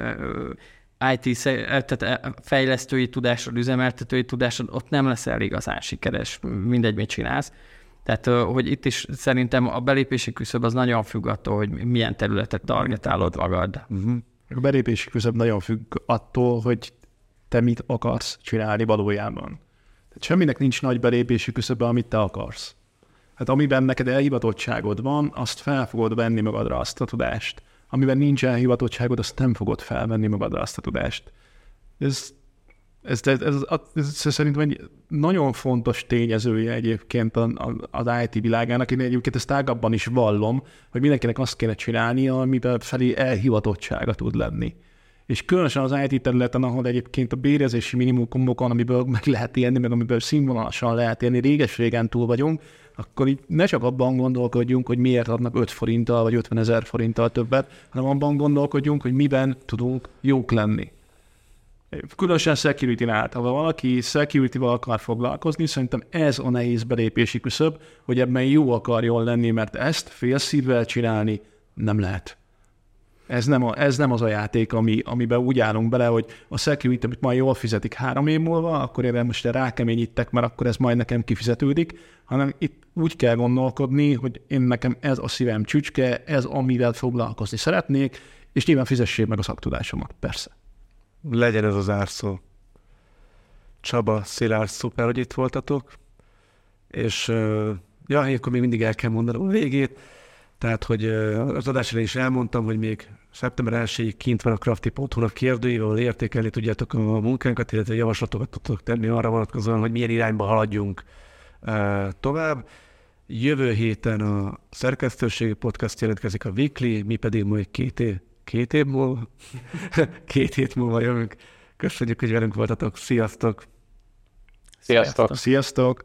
IT, tehát fejlesztői tudásod, üzemeltetői tudásod, ott nem leszel igazán sikeres, mindegy, mit csinálsz. Tehát, hogy itt is szerintem a belépési küszöb az nagyon függ attól, hogy milyen területet targetálod magad. A belépési küszöb nagyon függ attól, hogy te mit akarsz csinálni valójában. Tehát semminek nincs nagy belépési küszöbe, amit te akarsz. Hát amiben neked elhivatottságod van, azt fel fogod venni magadra azt a tudást. Amiben nincs elhivatottságod, azt nem fogod felvenni magadra azt a tudást. Ez szerintem egy nagyon fontos tényezője egyébként az IT világának. Én egyébként ezt tágabban is vallom, hogy mindenkinek azt kéne csinálnia, amiben felé elhivatottsága tud lenni. És különösen az IT területen, ahol egyébként a bérezési minimumokon, amiből meg lehet élni, meg amiből színvonalasan lehet élni, réges-régen túl vagyunk, akkor így ne csak abban gondolkodjunk, hogy miért adnak 5 forinttal vagy 50 000 forinttal többet, hanem abban gondolkodjunk, hogy miben tudunk jók lenni. Különösen security-nál, ha valaki security-val akar foglalkozni, szerintem ez a nehéz belépési küszöb, hogy ebben jó akarjon lenni, mert ezt félszívvel csinálni nem lehet. Ez nem az a játék, amiben úgy állunk bele, hogy a security, amit majd jól fizetik 3 év múlva, akkor én most rákeményítek, mert akkor ez majd nekem kifizetődik, hanem itt úgy kell gondolkodni, hogy én nekem ez a szívem csücske, ez amivel foglalkozni szeretnék, és nyilván fizessék meg a szaktudásomat, persze. Legyen ez az árszó. Csaba, Szilárd, szuper, hogy itt voltatok. És akkor még mindig el kell mondanom a végét. Tehát, hogy az adás elején is elmondtam, hogy még szeptember 1-ig kint van a crafty.hu-nak kérdőjével, ahol értékelni tudjátok a munkánkat, illetve javaslatokat tudtok tenni arra vonatkozóan, hogy milyen irányba haladjunk tovább. Jövő héten a szerkesztőségi podcast jelentkezik a Weekly, mi pedig majd 2 év múlva, 2 hét múlva jövünk. Köszönjük, hogy velünk voltatok. Sziasztok! Sziasztok! Sziasztok!